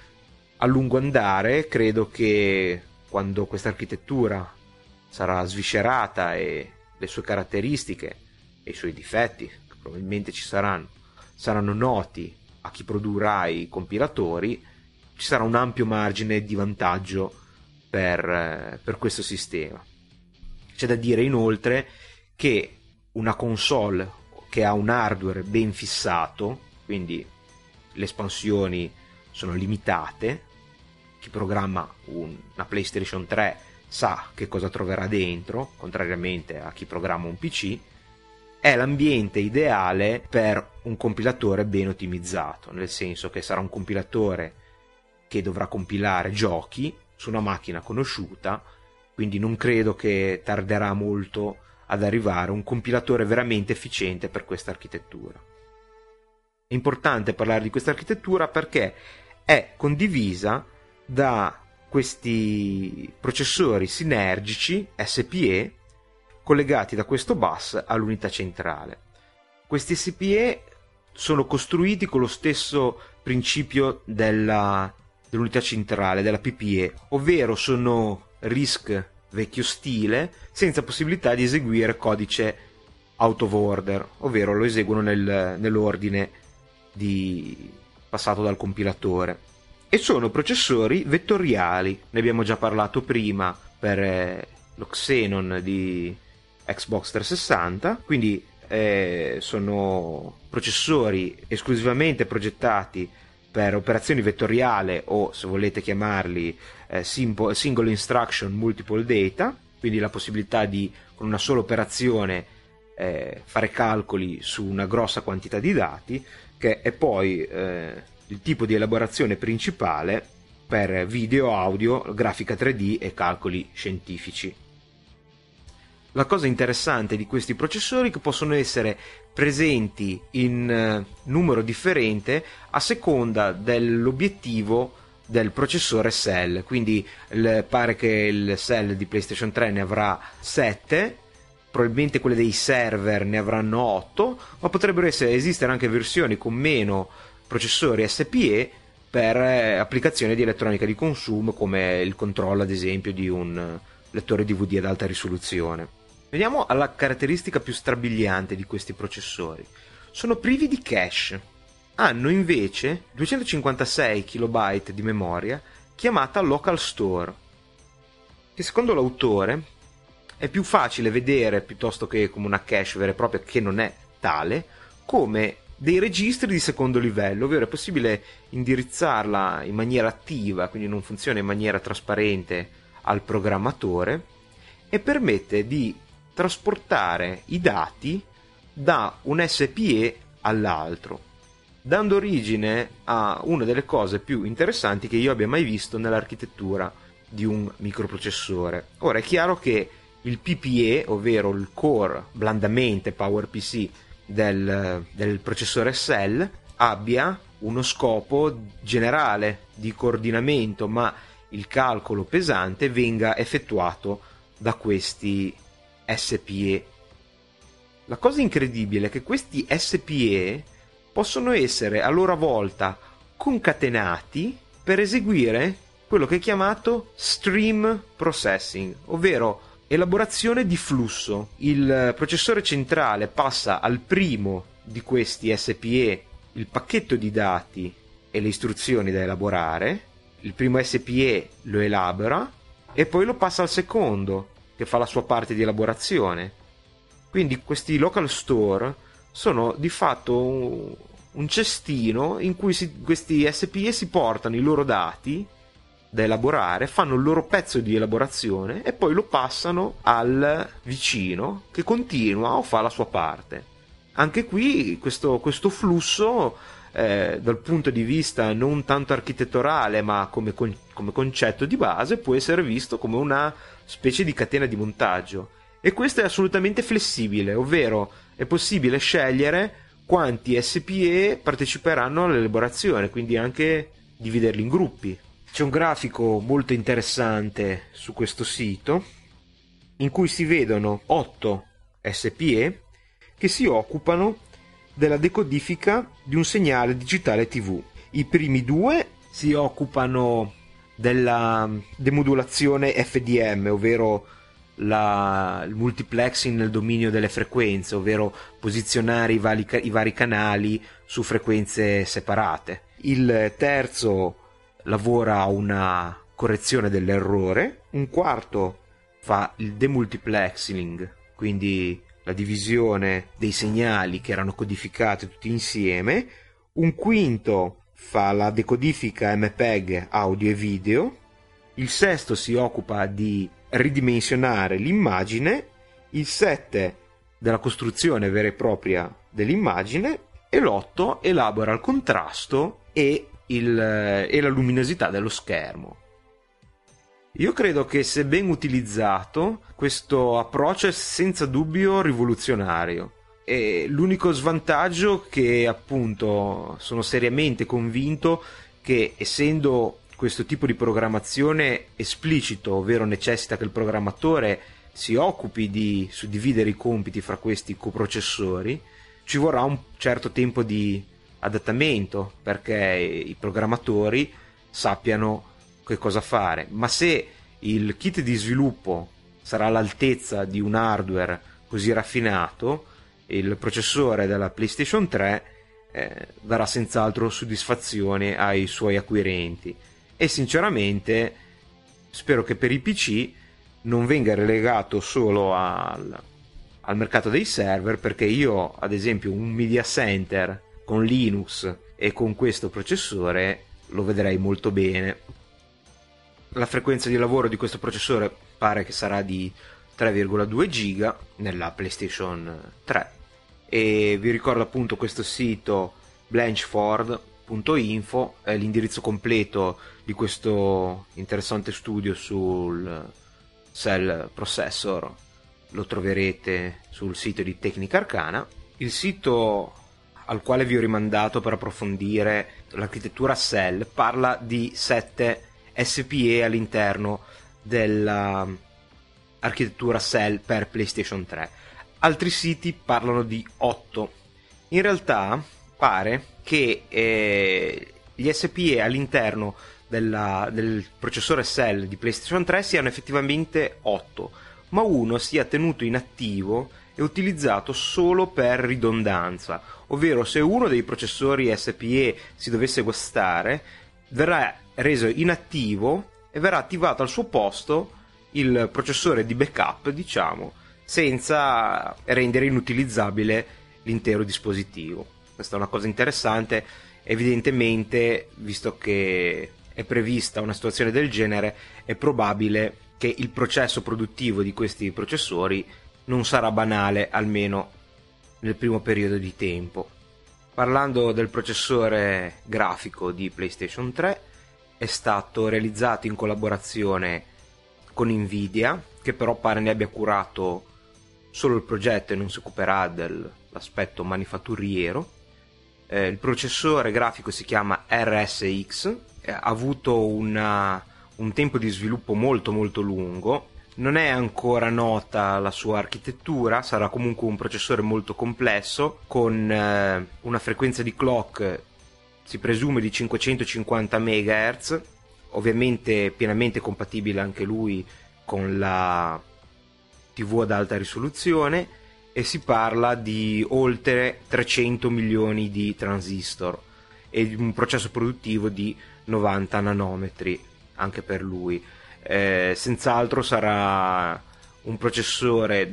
A lungo andare credo che quando questa architettura sarà sviscerata e le sue caratteristiche e i suoi difetti, che probabilmente ci saranno noti a chi produrrà i compilatori, ci sarà un ampio margine di vantaggio per questo sistema. C'è da dire inoltre che una console che ha un hardware ben fissato, quindi le espansioni sono limitate, chi programma una PlayStation 3 sa che cosa troverà dentro, contrariamente a chi programma un PC, è l'ambiente ideale per un compilatore ben ottimizzato, nel senso che sarà un compilatore che dovrà compilare giochi su una macchina conosciuta, quindi non credo che tarderà molto ad arrivare un compilatore veramente efficiente per questa architettura. È importante parlare di questa architettura perché è condivisa da questi processori sinergici SPE collegati da questo bus all'unità centrale. Questi SPE sono costruiti con lo stesso principio dell'unità centrale, della PPE, ovvero sono RISC vecchio stile, senza possibilità di eseguire codice out of order, ovvero lo eseguono nell'ordine passato dal compilatore. E sono processori vettoriali, ne abbiamo già parlato prima per lo Xenon di Xbox 360, quindi sono processori esclusivamente progettati per operazioni vettoriali o, se volete chiamarli, single instruction multiple data, quindi la possibilità di con una sola operazione fare calcoli su una grossa quantità di dati, che è poi il tipo di elaborazione principale per video, audio, grafica 3D e calcoli scientifici. La cosa interessante di questi processori è che possono essere presenti in numero differente a seconda dell'obiettivo del processore cell, quindi pare che il cell di PlayStation 3 ne avrà 7, probabilmente quelle dei server ne avranno 8, ma potrebbero esistere anche versioni con meno processori SPE per applicazioni di elettronica di consumo, come il controllo ad esempio di un lettore DVD ad alta risoluzione. Veniamo alla caratteristica più strabiliante di questi processori. Sono privi di cache. Hanno invece 256 KB di memoria chiamata local store, che secondo l'autore è più facile vedere, piuttosto che come una cache vera e propria, che non è tale, come dei registri di secondo livello, ovvero è possibile indirizzarla in maniera attiva, quindi non funziona in maniera trasparente al programmatore, e permette di trasportare i dati da un SPE all'altro, dando origine a una delle cose più interessanti che io abbia mai visto nell'architettura di un microprocessore. Ora è chiaro che il PPE, ovvero il core blandamente PowerPC del processore Cell, abbia uno scopo generale di coordinamento, ma il calcolo pesante venga effettuato da questi SPE. La cosa incredibile è che questi SPE possono essere a loro volta concatenati per eseguire quello che è chiamato stream processing, ovvero elaborazione di flusso. Il processore centrale passa al primo di questi SPE il pacchetto di dati e le istruzioni da elaborare, il primo SPE lo elabora e poi lo passa al secondo, che fa la sua parte di elaborazione. Quindi questi local store sono di fatto un cestino in cui questi SPE si portano i loro dati da elaborare, fanno il loro pezzo di elaborazione e poi lo passano al vicino, che continua o fa la sua parte. Anche qui questo flusso dal punto di vista non tanto architetturale ma come concetto di base può essere visto come una specie di catena di montaggio, e questo è assolutamente flessibile, ovvero è possibile scegliere quanti SPE parteciperanno all'elaborazione, quindi anche dividerli in gruppi. C'è un grafico molto interessante su questo sito in cui si vedono 8 SPE che si occupano della decodifica di un segnale digitale TV. I primi 2 si occupano della demodulazione FDM, ovvero il multiplexing nel dominio delle frequenze, ovvero posizionare i vari canali su frequenze separate. Il terzo lavora a una correzione dell'errore, un quarto fa il demultiplexing, quindi la divisione dei segnali che erano codificati tutti insieme, un quinto fa la decodifica MPEG audio e video, il sesto si occupa di ridimensionare l'immagine, il 7 della costruzione vera e propria dell'immagine e l'8 elabora il contrasto e la luminosità dello schermo. Io credo che, se ben utilizzato, questo approccio è senza dubbio rivoluzionario. E l'unico svantaggio, che appunto sono seriamente convinto che, essendo questo tipo di programmazione esplicito, ovvero necessita che il programmatore si occupi di suddividere i compiti fra questi coprocessori, ci vorrà un certo tempo di adattamento perché i programmatori sappiano che cosa fare. Ma se il kit di sviluppo sarà all'altezza di un hardware così raffinato, il processore della PlayStation 3 darà senz'altro soddisfazione ai suoi acquirenti, e sinceramente spero che per i PC non venga relegato solo al mercato dei server, perché io, ad esempio, un media center con Linux e con questo processore lo vedrei molto bene. La frequenza di lavoro di questo processore pare che sarà di 3,2 giga nella PlayStation 3, e vi ricordo appunto questo sito blanchford.info, è l'indirizzo completo di questo interessante studio sul Cell Processor, lo troverete sul sito di Tecnica Arcana. Il sito al quale vi ho rimandato per approfondire l'architettura Cell parla di 7 SPE all'interno dell'architettura Cell per PlayStation 3. Altri siti parlano di 8. In realtà pare che gli SPE all'interno del processore Cell di PlayStation 3 siano effettivamente 8, ma uno sia tenuto inattivo e utilizzato solo per ridondanza, ovvero se uno dei processori SPE si dovesse guastare, verrà reso inattivo e verrà attivato al suo posto il processore di backup, diciamo, senza rendere inutilizzabile l'intero dispositivo. Questa è una cosa interessante. Evidentemente, visto che è prevista una situazione del genere, è probabile che il processo produttivo di questi processori non sarà banale, almeno nel primo periodo di tempo. Parlando del processore grafico di PlayStation 3, è stato realizzato in collaborazione con Nvidia, che però pare ne abbia curato solo il progetto e non si occuperà dell'aspetto manifatturiero. Il processore grafico si chiama RSX, ha avuto un tempo di sviluppo molto molto lungo, non è ancora nota la sua architettura, sarà comunque un processore molto complesso con una frequenza di clock, si presume, di 550 MHz, ovviamente pienamente compatibile anche lui con la TV ad alta risoluzione, e si parla di oltre 300 milioni di transistor e di un processo produttivo di 90 nanometri anche per lui. Senz'altro sarà un processore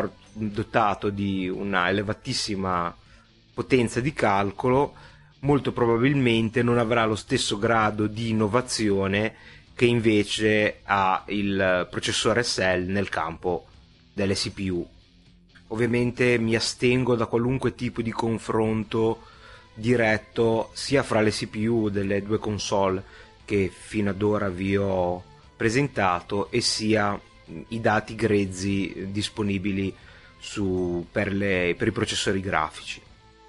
dotato di una elevatissima potenza di calcolo. Molto probabilmente non avrà lo stesso grado di innovazione che invece ha il processore Cell nel campo delle CPU. Ovviamente mi astengo da qualunque tipo di confronto diretto sia fra le CPU delle due console che fino ad ora vi ho presentato e sia i dati grezzi disponibili per i processori grafici,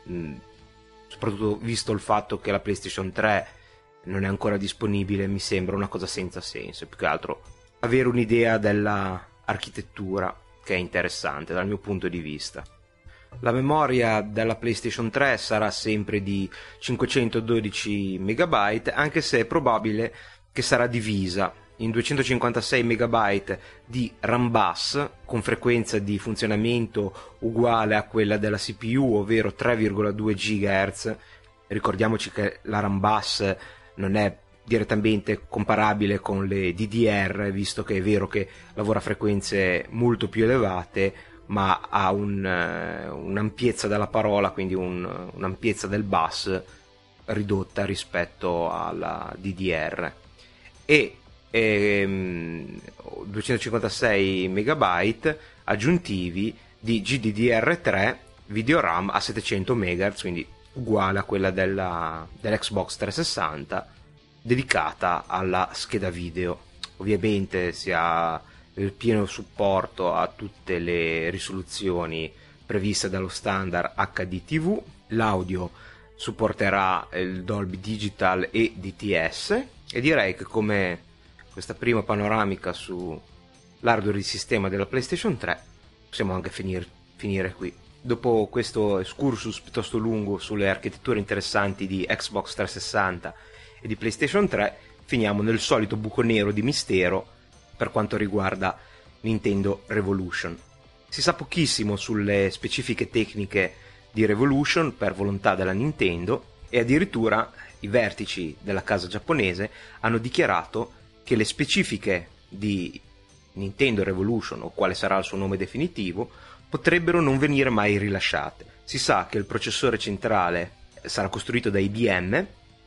soprattutto visto il fatto che la PlayStation 3 non è ancora disponibile. Mi sembra una cosa senza senso, più che altro avere un'idea della architettura, che è interessante dal mio punto di vista. La memoria della PlayStation 3 sarà sempre di 512 MB, anche se è probabile che sarà divisa in 256 MB di RAM bus con frequenza di funzionamento uguale a quella della CPU, ovvero 3,2 GHz. Ricordiamoci che la RAM bus non è direttamente comparabile con le DDR, visto che è vero che lavora a frequenze molto più elevate, ma ha un'ampiezza della parola, quindi un'ampiezza del bus ridotta rispetto alla DDR. E 256 MB aggiuntivi di GDDR3 videoRAM a 700 MHz, quindi uguale a quella dell'Xbox 360, dedicata alla scheda video. Ovviamente si ha il pieno supporto a tutte le risoluzioni previste dallo standard HD TV, l'audio supporterà il Dolby Digital e DTS, e direi che come questa prima panoramica sull'hardware di sistema della PlayStation 3 possiamo anche finire qui. Dopo questo excursus piuttosto lungo sulle architetture interessanti di Xbox 360 e di PlayStation 3, finiamo nel solito buco nero di mistero per quanto riguarda Nintendo Revolution. Si sa pochissimo sulle specifiche tecniche di Revolution per volontà della Nintendo, e addirittura i vertici della casa giapponese hanno dichiarato che le specifiche di Nintendo Revolution, o quale sarà il suo nome definitivo, potrebbero non venire mai rilasciate. Si sa che il processore centrale sarà costruito da IBM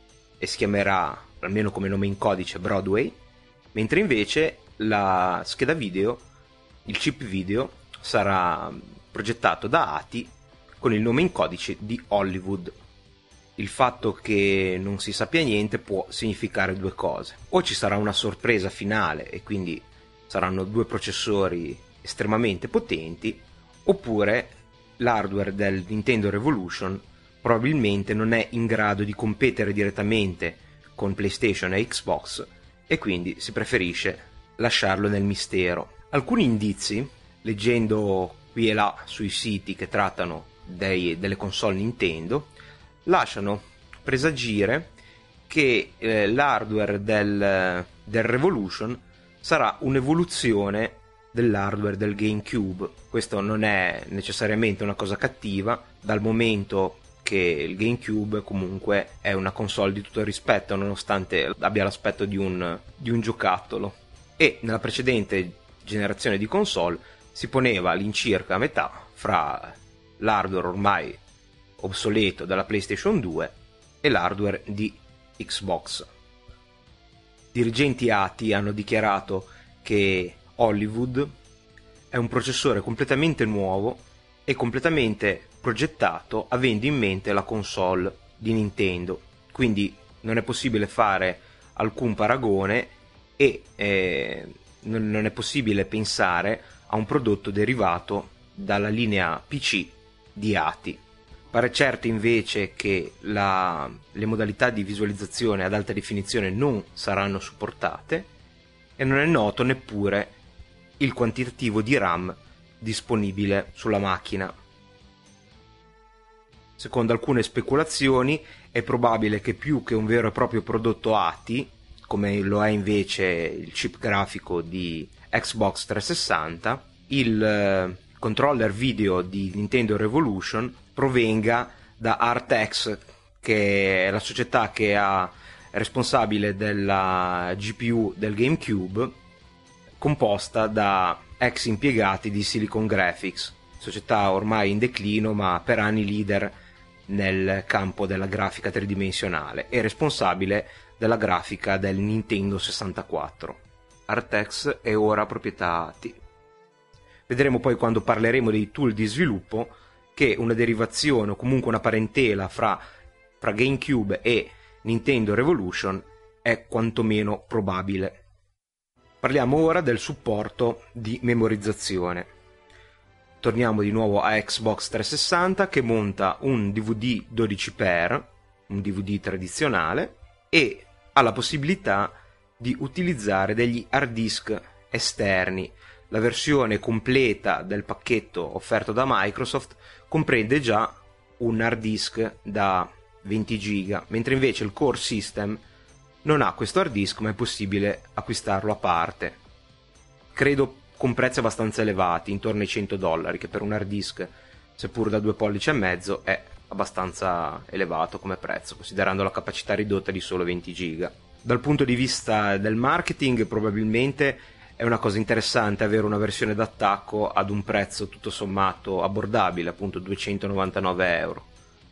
e si chiamerà, almeno come nome in codice, Broadway, mentre invece la scheda video, il chip video, sarà progettato da ATI con il nome in codice di Hollywood. Il fatto che non si sappia niente può significare due cose: o ci sarà una sorpresa finale e quindi saranno due processori estremamente potenti, oppure l'hardware del Nintendo Revolution probabilmente non è in grado di competere direttamente con PlayStation e Xbox, e quindi si preferisce lasciarlo nel mistero. Alcuni indizi, leggendo qui e là sui siti che trattano delle console Nintendo, lasciano presagire che l'hardware del Revolution sarà un'evoluzione dell'hardware del GameCube. Questo non è necessariamente una cosa cattiva, dal momento che il GameCube comunque è una console di tutto rispetto, nonostante abbia l'aspetto di un giocattolo, e nella precedente generazione di console si poneva all'incirca a metà fra l'hardware ormai obsoleto della PlayStation 2 e l'hardware di Xbox. Dirigenti ATI hanno dichiarato che Hollywood è un processore completamente nuovo e completamente progettato avendo in mente la console di Nintendo, quindi non è possibile fare alcun paragone e non è possibile pensare a un prodotto derivato dalla linea PC di ATI. Pare certo invece che le modalità di visualizzazione ad alta definizione non saranno supportate, e non è noto neppure il quantitativo di RAM disponibile sulla macchina. Secondo alcune speculazioni è probabile che più che un vero e proprio prodotto ATI, come lo è invece il chip grafico di Xbox 360, il controller video di Nintendo Revolution provenga da Artex, che è la società che è responsabile della GPU del GameCube, composta da ex impiegati di Silicon Graphics, società ormai in declino ma per anni leader nel campo della grafica tridimensionale e responsabile della grafica del Nintendo 64. Artex è ora proprietà ATI. Vedremo poi, quando parleremo dei tool di sviluppo, che una derivazione o comunque una parentela fra GameCube e Nintendo Revolution è quantomeno probabile. Parliamo ora del supporto di memorizzazione. Torniamo di nuovo a Xbox 360, che monta un DVD 12x, un DVD tradizionale, e ha la possibilità di utilizzare degli hard disk esterni. La versione completa del pacchetto offerto da Microsoft comprende già un hard disk da 20 giga, mentre invece il Core System non ha questo hard disk, ma è possibile acquistarlo a parte. Credo con prezzi abbastanza elevati, intorno ai $100, che per un hard disk, seppur da 2,5 pollici, è abbastanza elevato come prezzo, considerando la capacità ridotta di solo 20 giga. Dal punto di vista del marketing probabilmente è una cosa interessante avere una versione d'attacco ad un prezzo tutto sommato abbordabile, appunto 299 €.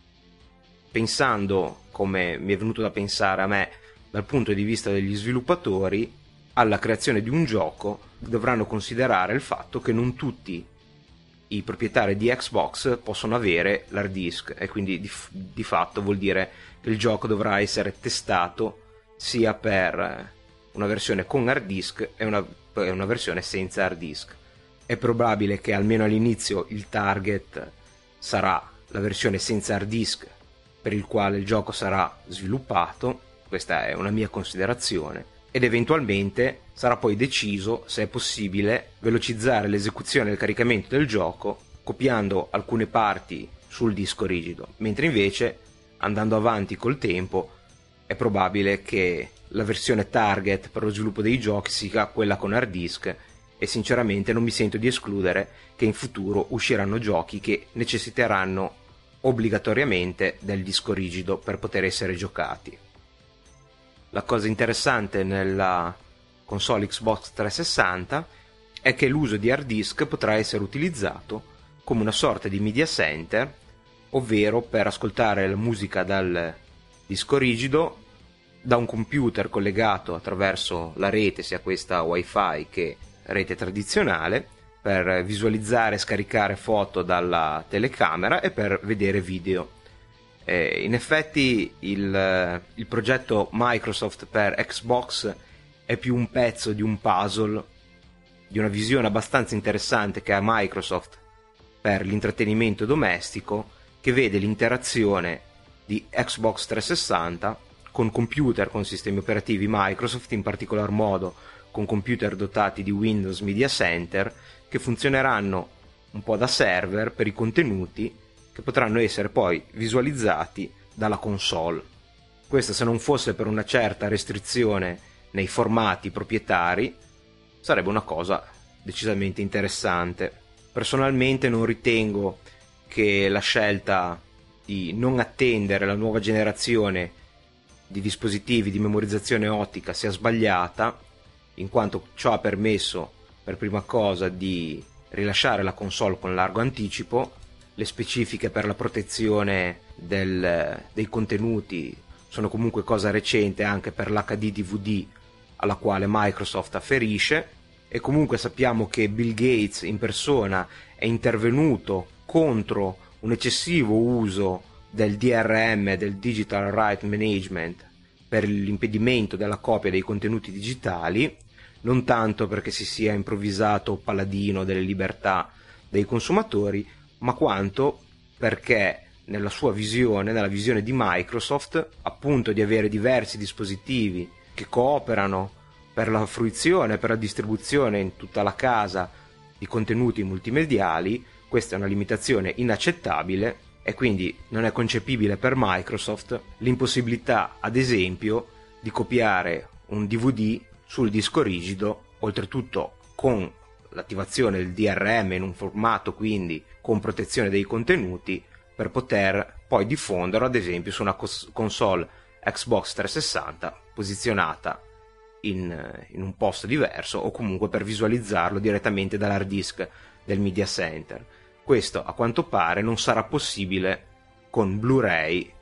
Pensando, come mi è venuto da pensare a me, dal punto di vista degli sviluppatori, alla creazione di un gioco dovranno considerare il fatto che non tutti i proprietari di Xbox possono avere l'hard disk, e quindi di fatto vuol dire che il gioco dovrà essere testato sia per una versione con hard disk e una versione senza hard disk. È probabile che almeno all'inizio il target sarà la versione senza hard disk per il quale il gioco sarà sviluppato, questa è una mia considerazione, ed eventualmente sarà poi deciso se è possibile velocizzare l'esecuzione e il caricamento del gioco copiando alcune parti sul disco rigido, mentre invece, andando avanti col tempo, è probabile che la versione target per lo sviluppo dei giochi sia quella con hard disk, e sinceramente non mi sento di escludere che in futuro usciranno giochi che necessiteranno obbligatoriamente del disco rigido per poter essere giocati. La cosa interessante nella console Xbox 360 è che l'uso di hard disk potrà essere utilizzato come una sorta di media center, ovvero per ascoltare la musica dal disco rigido da un computer collegato attraverso la rete, sia questa wifi che rete tradizionale, per visualizzare e scaricare foto dalla telecamera e per vedere video. In effetti il progetto Microsoft per Xbox è più un pezzo di un puzzle, di una visione abbastanza interessante che ha Microsoft per l'intrattenimento domestico, che vede l'interazione di Xbox 360 con computer con sistemi operativi Microsoft, in particolar modo con computer dotati di Windows Media Center, che funzioneranno un po' da server per i contenuti che potranno essere poi visualizzati dalla console. Questo, se non fosse per una certa restrizione nei formati proprietari, sarebbe una cosa decisamente interessante. Personalmente non ritengo che la scelta di non attendere la nuova generazione di dispositivi di memorizzazione ottica sia sbagliata, in quanto ciò ha permesso per prima cosa di rilasciare la console con largo anticipo. Le specifiche per la protezione dei contenuti sono comunque cosa recente anche per l'HD DVD alla quale Microsoft afferisce, e comunque sappiamo che Bill Gates in persona è intervenuto contro un eccessivo uso del DRM, del Digital Right Management, per l'impedimento della copia dei contenuti digitali, non tanto perché si sia improvvisato paladino delle libertà dei consumatori, ma quanto perché nella sua visione, nella visione di Microsoft, appunto di avere diversi dispositivi che cooperano per la fruizione, per la distribuzione in tutta la casa di contenuti multimediali, questa è una limitazione inaccettabile, e quindi non è concepibile per Microsoft l'impossibilità, ad esempio, di copiare un DVD sul disco rigido, oltretutto con l'attivazione del DRM in un formato quindi con protezione dei contenuti, per poter poi diffonderlo ad esempio su una console Xbox 360 posizionata in un posto diverso, o comunque per visualizzarlo direttamente dall'hard disk del media center. Questo a quanto pare non sarà possibile con Blu-ray.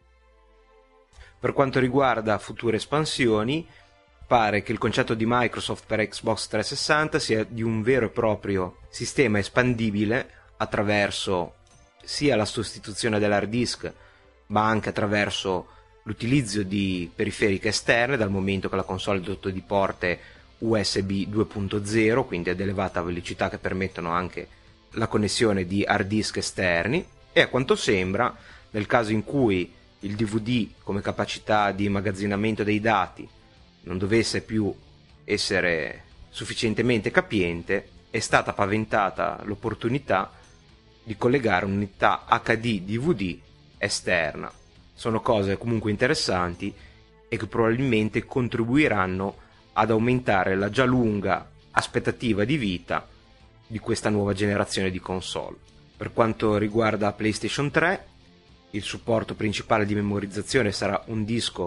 Per quanto riguarda future espansioni, pare che il concetto di Microsoft per Xbox 360 sia di un vero e proprio sistema espandibile attraverso sia la sostituzione dell'hard disk, ma anche attraverso l'utilizzo di periferiche esterne, dal momento che la console è dotata di porte USB 2.0, quindi ad elevata velocità, che permettono anche la connessione di hard disk esterni, e a quanto sembra, nel caso in cui il DVD come capacità di immagazzinamento dei dati non dovesse più essere sufficientemente capiente, è stata paventata l'opportunità di collegare un'unità HD DVD esterna. Sono cose comunque interessanti e che probabilmente contribuiranno ad aumentare la già lunga aspettativa di vita di questa nuova generazione di console. Per quanto riguarda PlayStation 3, il supporto principale di memorizzazione sarà un disco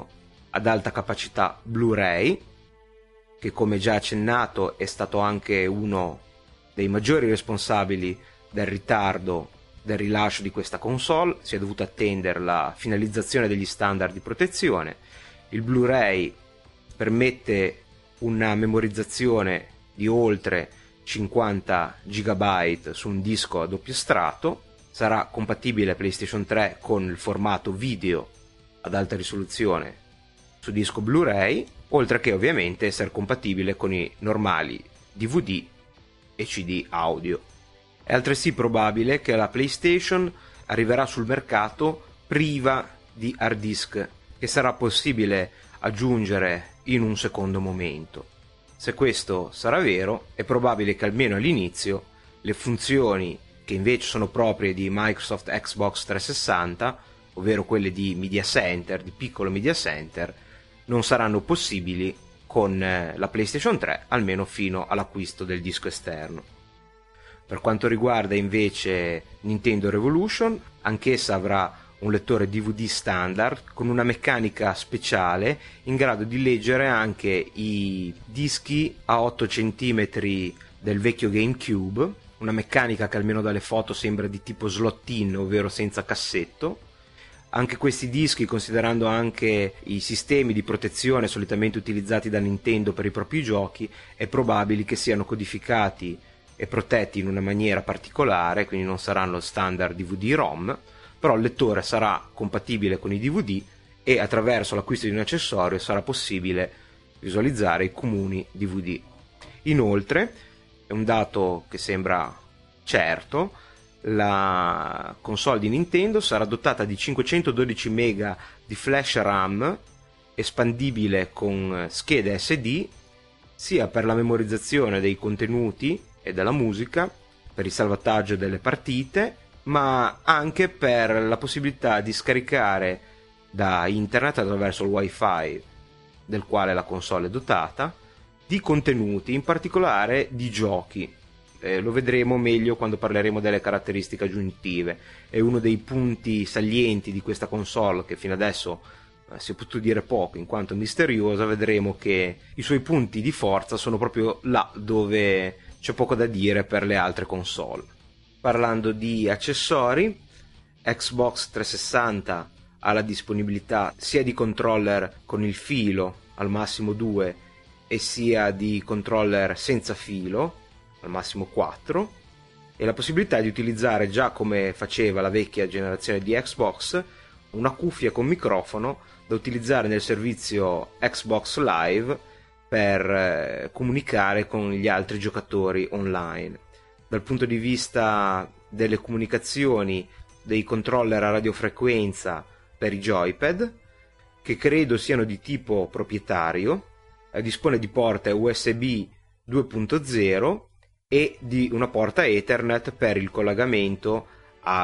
ad alta capacità Blu-ray, che come già accennato è stato anche uno dei maggiori responsabili del ritardo del rilascio di questa console. Si è dovuto attendere la finalizzazione degli standard di protezione. Il Blu-ray permette una memorizzazione di oltre 50 GB su un disco a doppio strato, sarà compatibile PlayStation 3 con il formato video ad alta risoluzione su disco Blu-ray, oltre che ovviamente essere compatibile con i normali DVD e CD audio. È altresì probabile che la PlayStation arriverà sul mercato priva di hard disk, che sarà possibile aggiungere in un secondo momento. Se questo sarà vero, è probabile che almeno all'inizio le funzioni che invece sono proprie di Microsoft Xbox 360, ovvero quelle di media center, di piccolo media center, non saranno possibili con la PlayStation 3, almeno fino all'acquisto del disco esterno. Per quanto riguarda invece Nintendo Revolution, anch'essa avrà un lettore DVD standard con una meccanica speciale in grado di leggere anche i dischi a 8 cm del vecchio GameCube, una meccanica che almeno dalle foto sembra di tipo slot-in, ovvero senza cassetto. Anche questi dischi, considerando anche i sistemi di protezione solitamente utilizzati da Nintendo per i propri giochi, è probabile che siano codificati e protetti in una maniera particolare, quindi non saranno standard DVD-ROM, però il lettore sarà compatibile con i DVD e attraverso l'acquisto di un accessorio sarà possibile visualizzare i comuni DVD. Inoltre, è un dato che sembra certo, la console di Nintendo sarà dotata di 512 MB di flash RAM espandibile con schede SD, sia per la memorizzazione dei contenuti e della musica, per il salvataggio delle partite, ma anche per la possibilità di scaricare da internet attraverso il wifi del quale la console è dotata di contenuti, in particolare di giochi. Lo vedremo meglio quando parleremo delle caratteristiche aggiuntive. È uno dei punti salienti di questa console che fino adesso si è potuto dire poco in quanto misteriosa. Vedremo che i suoi punti di forza sono proprio là dove c'è poco da dire per le altre console. Parlando di accessori, Xbox 360 ha la disponibilità sia di controller con il filo, al massimo 2, e sia di controller senza filo, al massimo 4, e la possibilità di utilizzare, già come faceva la vecchia generazione di Xbox, una cuffia con microfono da utilizzare nel servizio Xbox Live per comunicare con gli altri giocatori online. Dal punto di vista delle comunicazioni, dei controller a radiofrequenza per i joypad, che credo siano di tipo proprietario, dispone di porte USB 2.0 e di una porta Ethernet per il collegamento a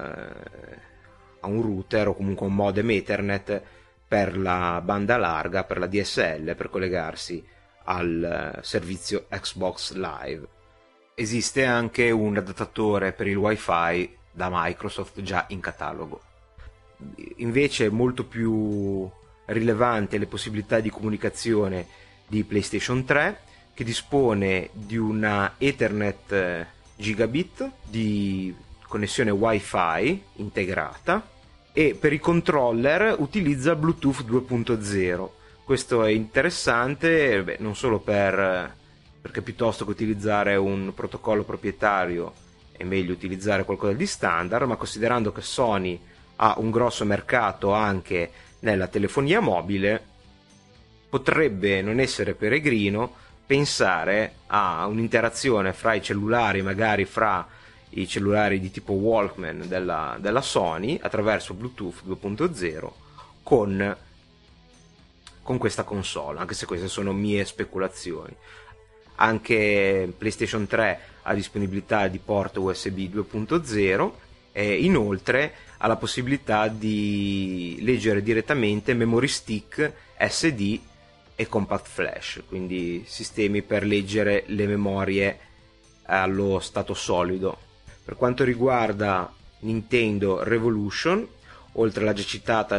un router o comunque un modem Ethernet per la banda larga, per la DSL, per collegarsi al servizio Xbox Live. Esiste anche un adattatore per il Wi-Fi da Microsoft già in catalogo. Invece molto più rilevante le possibilità di comunicazione di PlayStation 3, che dispone di una Ethernet gigabit di connessione Wi-Fi integrata e per i controller utilizza Bluetooth 2.0. Questo è interessante, non solo perché piuttosto che utilizzare un protocollo proprietario è meglio utilizzare qualcosa di standard, ma considerando che Sony ha un grosso mercato anche nella telefonia mobile, potrebbe non essere peregrino pensare a un'interazione fra i cellulari, magari fra i cellulari di tipo Walkman della Sony attraverso Bluetooth 2.0 con questa console, anche se queste sono mie speculazioni. Anche PlayStation 3 ha disponibilità di porta USB 2.0 e inoltre ha la possibilità di leggere direttamente memory stick, SD e compact flash, quindi sistemi per leggere le memorie allo stato solido. Per quanto riguarda Nintendo Revolution, oltre alla già citata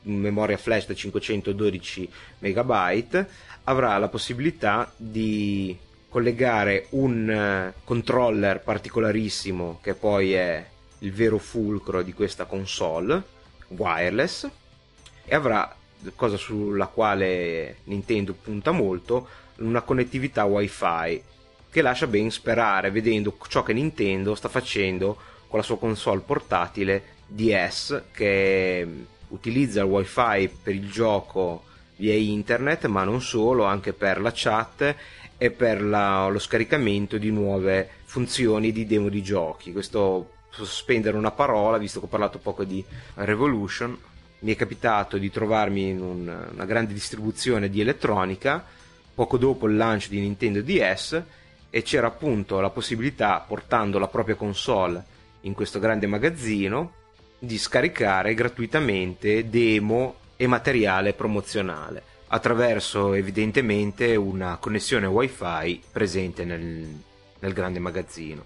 memoria flash da 512 MB, avrà la possibilità di collegare un controller particolarissimo, che poi è il vero fulcro di questa console, wireless, e avrà, cosa sulla quale Nintendo punta molto, una connettività Wi-Fi che lascia ben sperare, vedendo ciò che Nintendo sta facendo con la sua console portatile DS, che utilizza il Wi-Fi per il gioco via internet, ma non solo, anche per la chat e per lo scaricamento di nuove funzioni di demo di giochi. Questo, posso spendere una parola, visto che ho parlato poco di Revolution. Mi è capitato di trovarmi in una grande distribuzione di elettronica poco dopo il lancio di Nintendo DS, e c'era appunto la possibilità, portando la propria console in questo grande magazzino, di scaricare gratuitamente demo e materiale promozionale attraverso evidentemente una connessione Wi-Fi presente nel grande magazzino.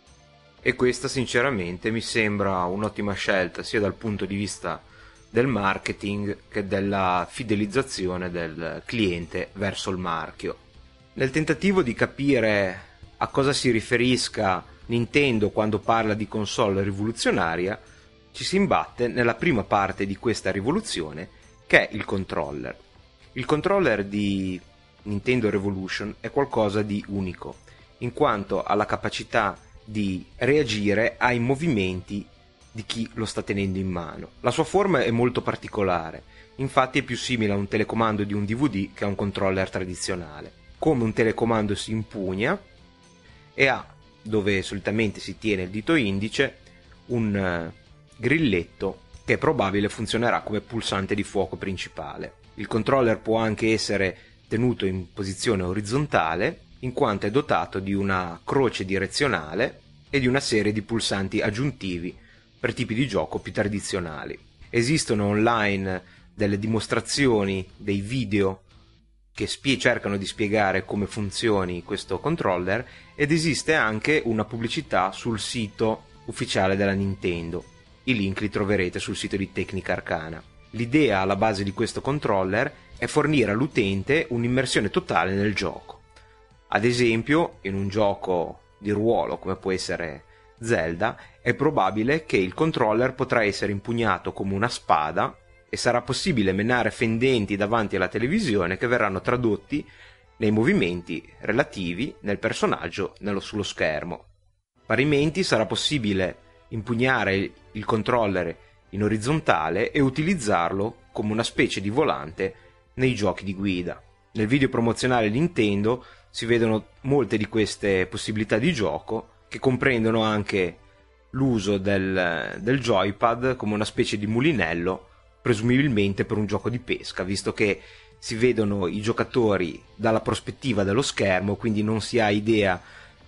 E questa sinceramente mi sembra un'ottima scelta, sia dal punto di vista del marketing che della fidelizzazione del cliente verso il marchio. Nel tentativo di capire a cosa si riferisca Nintendo quando parla di console rivoluzionaria, ci si imbatte nella prima parte di questa rivoluzione, che è il controller. Il controller di Nintendo Revolution è qualcosa di unico, in quanto ha la capacità di reagire ai movimenti di chi lo sta tenendo in mano. La sua forma è molto particolare, infatti è più simile a un telecomando di un DVD che a un controller tradizionale. Come un telecomando si impugna e ha, dove solitamente si tiene il dito indice, un grilletto che è probabile funzionerà come pulsante di fuoco principale. Il controller può anche essere tenuto in posizione orizzontale, in quanto è dotato di una croce direzionale e di una serie di pulsanti aggiuntivi per tipi di gioco più tradizionali. Esistono online delle dimostrazioni, dei video che cercano di spiegare come funzioni questo controller, ed esiste anche una pubblicità sul sito ufficiale della Nintendo. I link li troverete sul sito di Tecnica Arcana. L'idea alla base di questo controller è fornire all'utente un'immersione totale nel gioco. Ad esempio, in un gioco di ruolo come può essere Zelda, è probabile che il controller potrà essere impugnato come una spada e sarà possibile menare fendenti davanti alla televisione che verranno tradotti nei movimenti relativi nel personaggio sullo schermo. Parimenti sarà possibile impugnare il controller in orizzontale e utilizzarlo come una specie di volante nei giochi di guida. Nel video promozionale Nintendo si vedono molte di queste possibilità di gioco, che comprendono anche l'uso del joypad come una specie di mulinello, presumibilmente per un gioco di pesca, visto che si vedono i giocatori dalla prospettiva dello schermo, quindi non si ha idea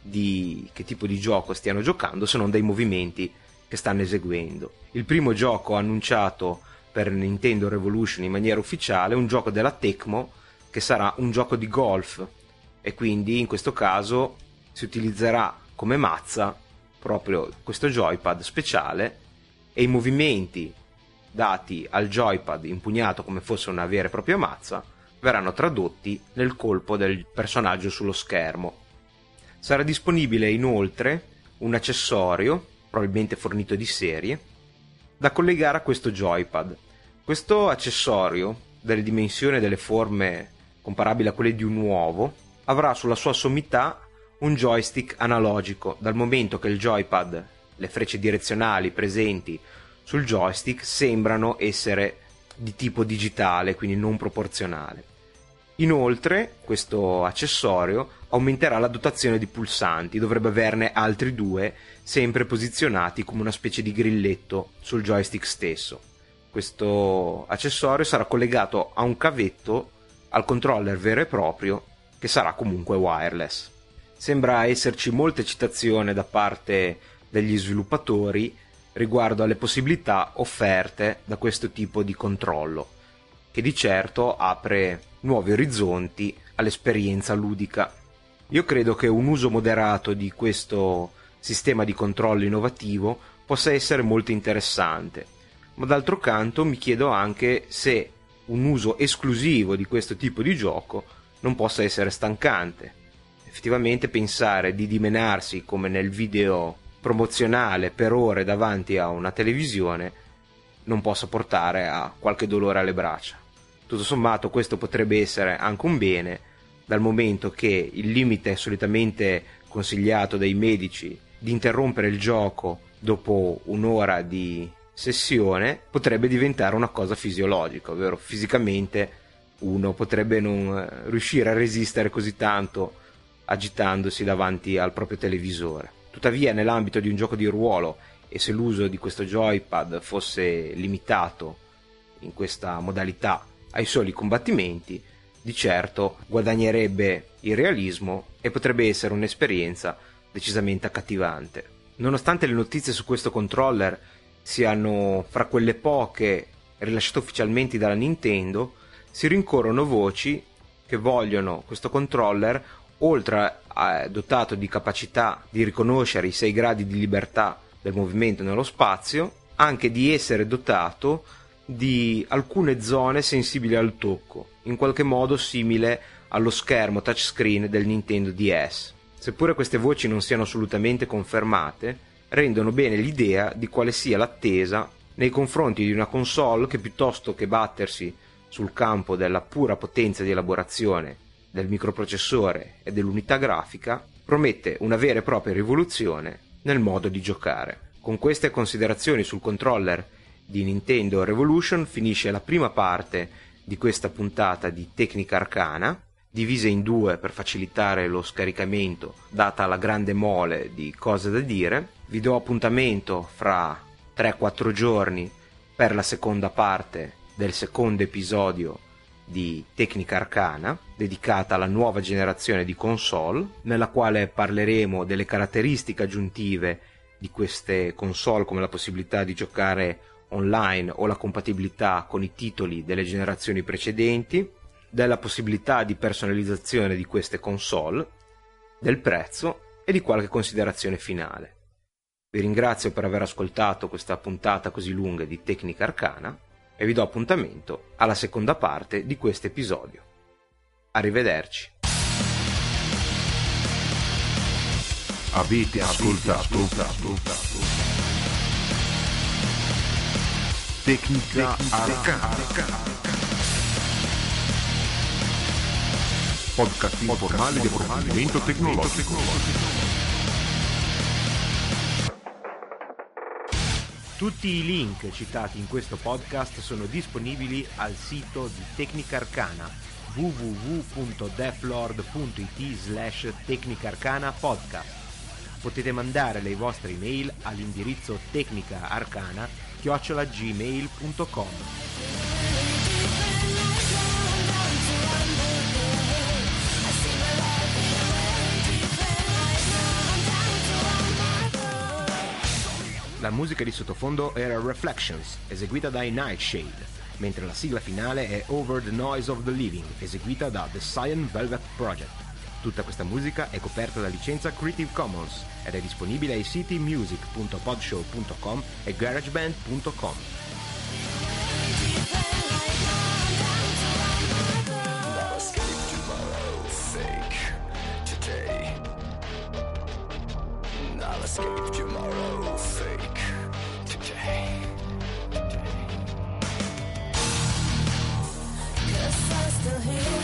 di che tipo di gioco stiano giocando, se non dai movimenti che stanno eseguendo. Il primo gioco annunciato per Nintendo Revolution in maniera ufficiale è un gioco della Tecmo, che sarà un gioco di golf, e quindi in questo caso si utilizzerà come mazza proprio questo joypad speciale, e i movimenti dati al joypad impugnato come fosse una vera e propria mazza verranno tradotti nel colpo del personaggio sullo schermo. Sarà disponibile inoltre un accessorio, probabilmente fornito di serie, da collegare a questo joypad. Questo accessorio, delle dimensioni e delle forme comparabili a quelle di un uovo, avrà sulla sua sommità un joystick analogico, dal momento che il joypad, le frecce direzionali presenti sul joystick sembrano essere di tipo digitale, quindi non proporzionale. Inoltre, questo accessorio aumenterà la dotazione di pulsanti, dovrebbe averne altri 2, sempre posizionati come una specie di grilletto sul joystick stesso. Questo accessorio sarà collegato a un cavetto al controller vero e proprio, che sarà comunque wireless. Sembra esserci molta eccitazione da parte degli sviluppatori riguardo alle possibilità offerte da questo tipo di controllo, che di certo apre nuovi orizzonti all'esperienza ludica. Io credo che un uso moderato di questo sistema di controllo innovativo possa essere molto interessante. ma d'altro canto mi chiedo anche se un uso esclusivo di questo tipo di gioco non possa essere stancante. Effettivamente pensare di dimenarsi come nel video promozionale per ore davanti a una televisione non possa portare a qualche dolore alle braccia. Tutto sommato questo potrebbe essere anche un bene, dal momento che il limite solitamente consigliato dai medici di interrompere il gioco dopo un'ora di sessione potrebbe diventare una cosa fisiologica, ovvero fisicamente uno potrebbe non riuscire a resistere così tanto agitandosi davanti al proprio televisore. Tuttavia, nell'ambito di un gioco di ruolo, e se l'uso di questo joypad fosse limitato in questa modalità ai soli combattimenti, di certo guadagnerebbe il realismo e potrebbe essere un'esperienza decisamente accattivante. Nonostante le notizie su questo controller siano fra quelle poche rilasciate ufficialmente dalla Nintendo, si rincorrono voci che vogliono questo controller, oltre a dotato di capacità di riconoscere i 6 gradi di libertà del movimento nello spazio, anche di essere dotato di alcune zone sensibili al tocco, in qualche modo simile allo schermo touchscreen del Nintendo DS. Seppure queste voci non siano assolutamente confermate, rendono bene l'idea di quale sia l'attesa nei confronti di una console che, piuttosto che battersi sul campo della pura potenza di elaborazione del microprocessore e dell'unità grafica, promette una vera e propria rivoluzione nel modo di giocare. Con queste considerazioni sul controller di Nintendo Revolution finisce la prima parte di questa puntata di Tecnica Arcana, divise in 2 per facilitare lo scaricamento, data la grande mole di cose da dire. Vi do appuntamento fra 3-4 giorni per la seconda parte del secondo episodio di Tecnica Arcana, dedicata alla nuova generazione di console, nella quale parleremo delle caratteristiche aggiuntive di queste console, come la possibilità di giocare online o la compatibilità con i titoli delle generazioni precedenti, della possibilità di personalizzazione di queste console, del prezzo e di qualche considerazione finale. Vi ringrazio per aver ascoltato questa puntata così lunga di Tecnica Arcana e vi do appuntamento alla seconda parte di questo episodio. Arrivederci. Avete ascoltato Tecnica Arcana, podcast informale di approfondimento tecnologico. Tutti i link citati in questo podcast sono disponibili al sito di Tecnica Arcana, www.deflord.it/tecnicarcana-podcast. Potete mandare le vostre email all'indirizzo tecnicaarcana@gmail.com. La musica di sottofondo era Reflections, eseguita dai Nightshade, mentre la sigla finale è Over the Noise of the Living, eseguita da The Cyan Velvet Project. Tutta questa musica è coperta da licenza Creative Commons ed è disponibile ai siti music.podshow.com e garageband.com. Escape tomorrow, fake today. 'Cause I still hear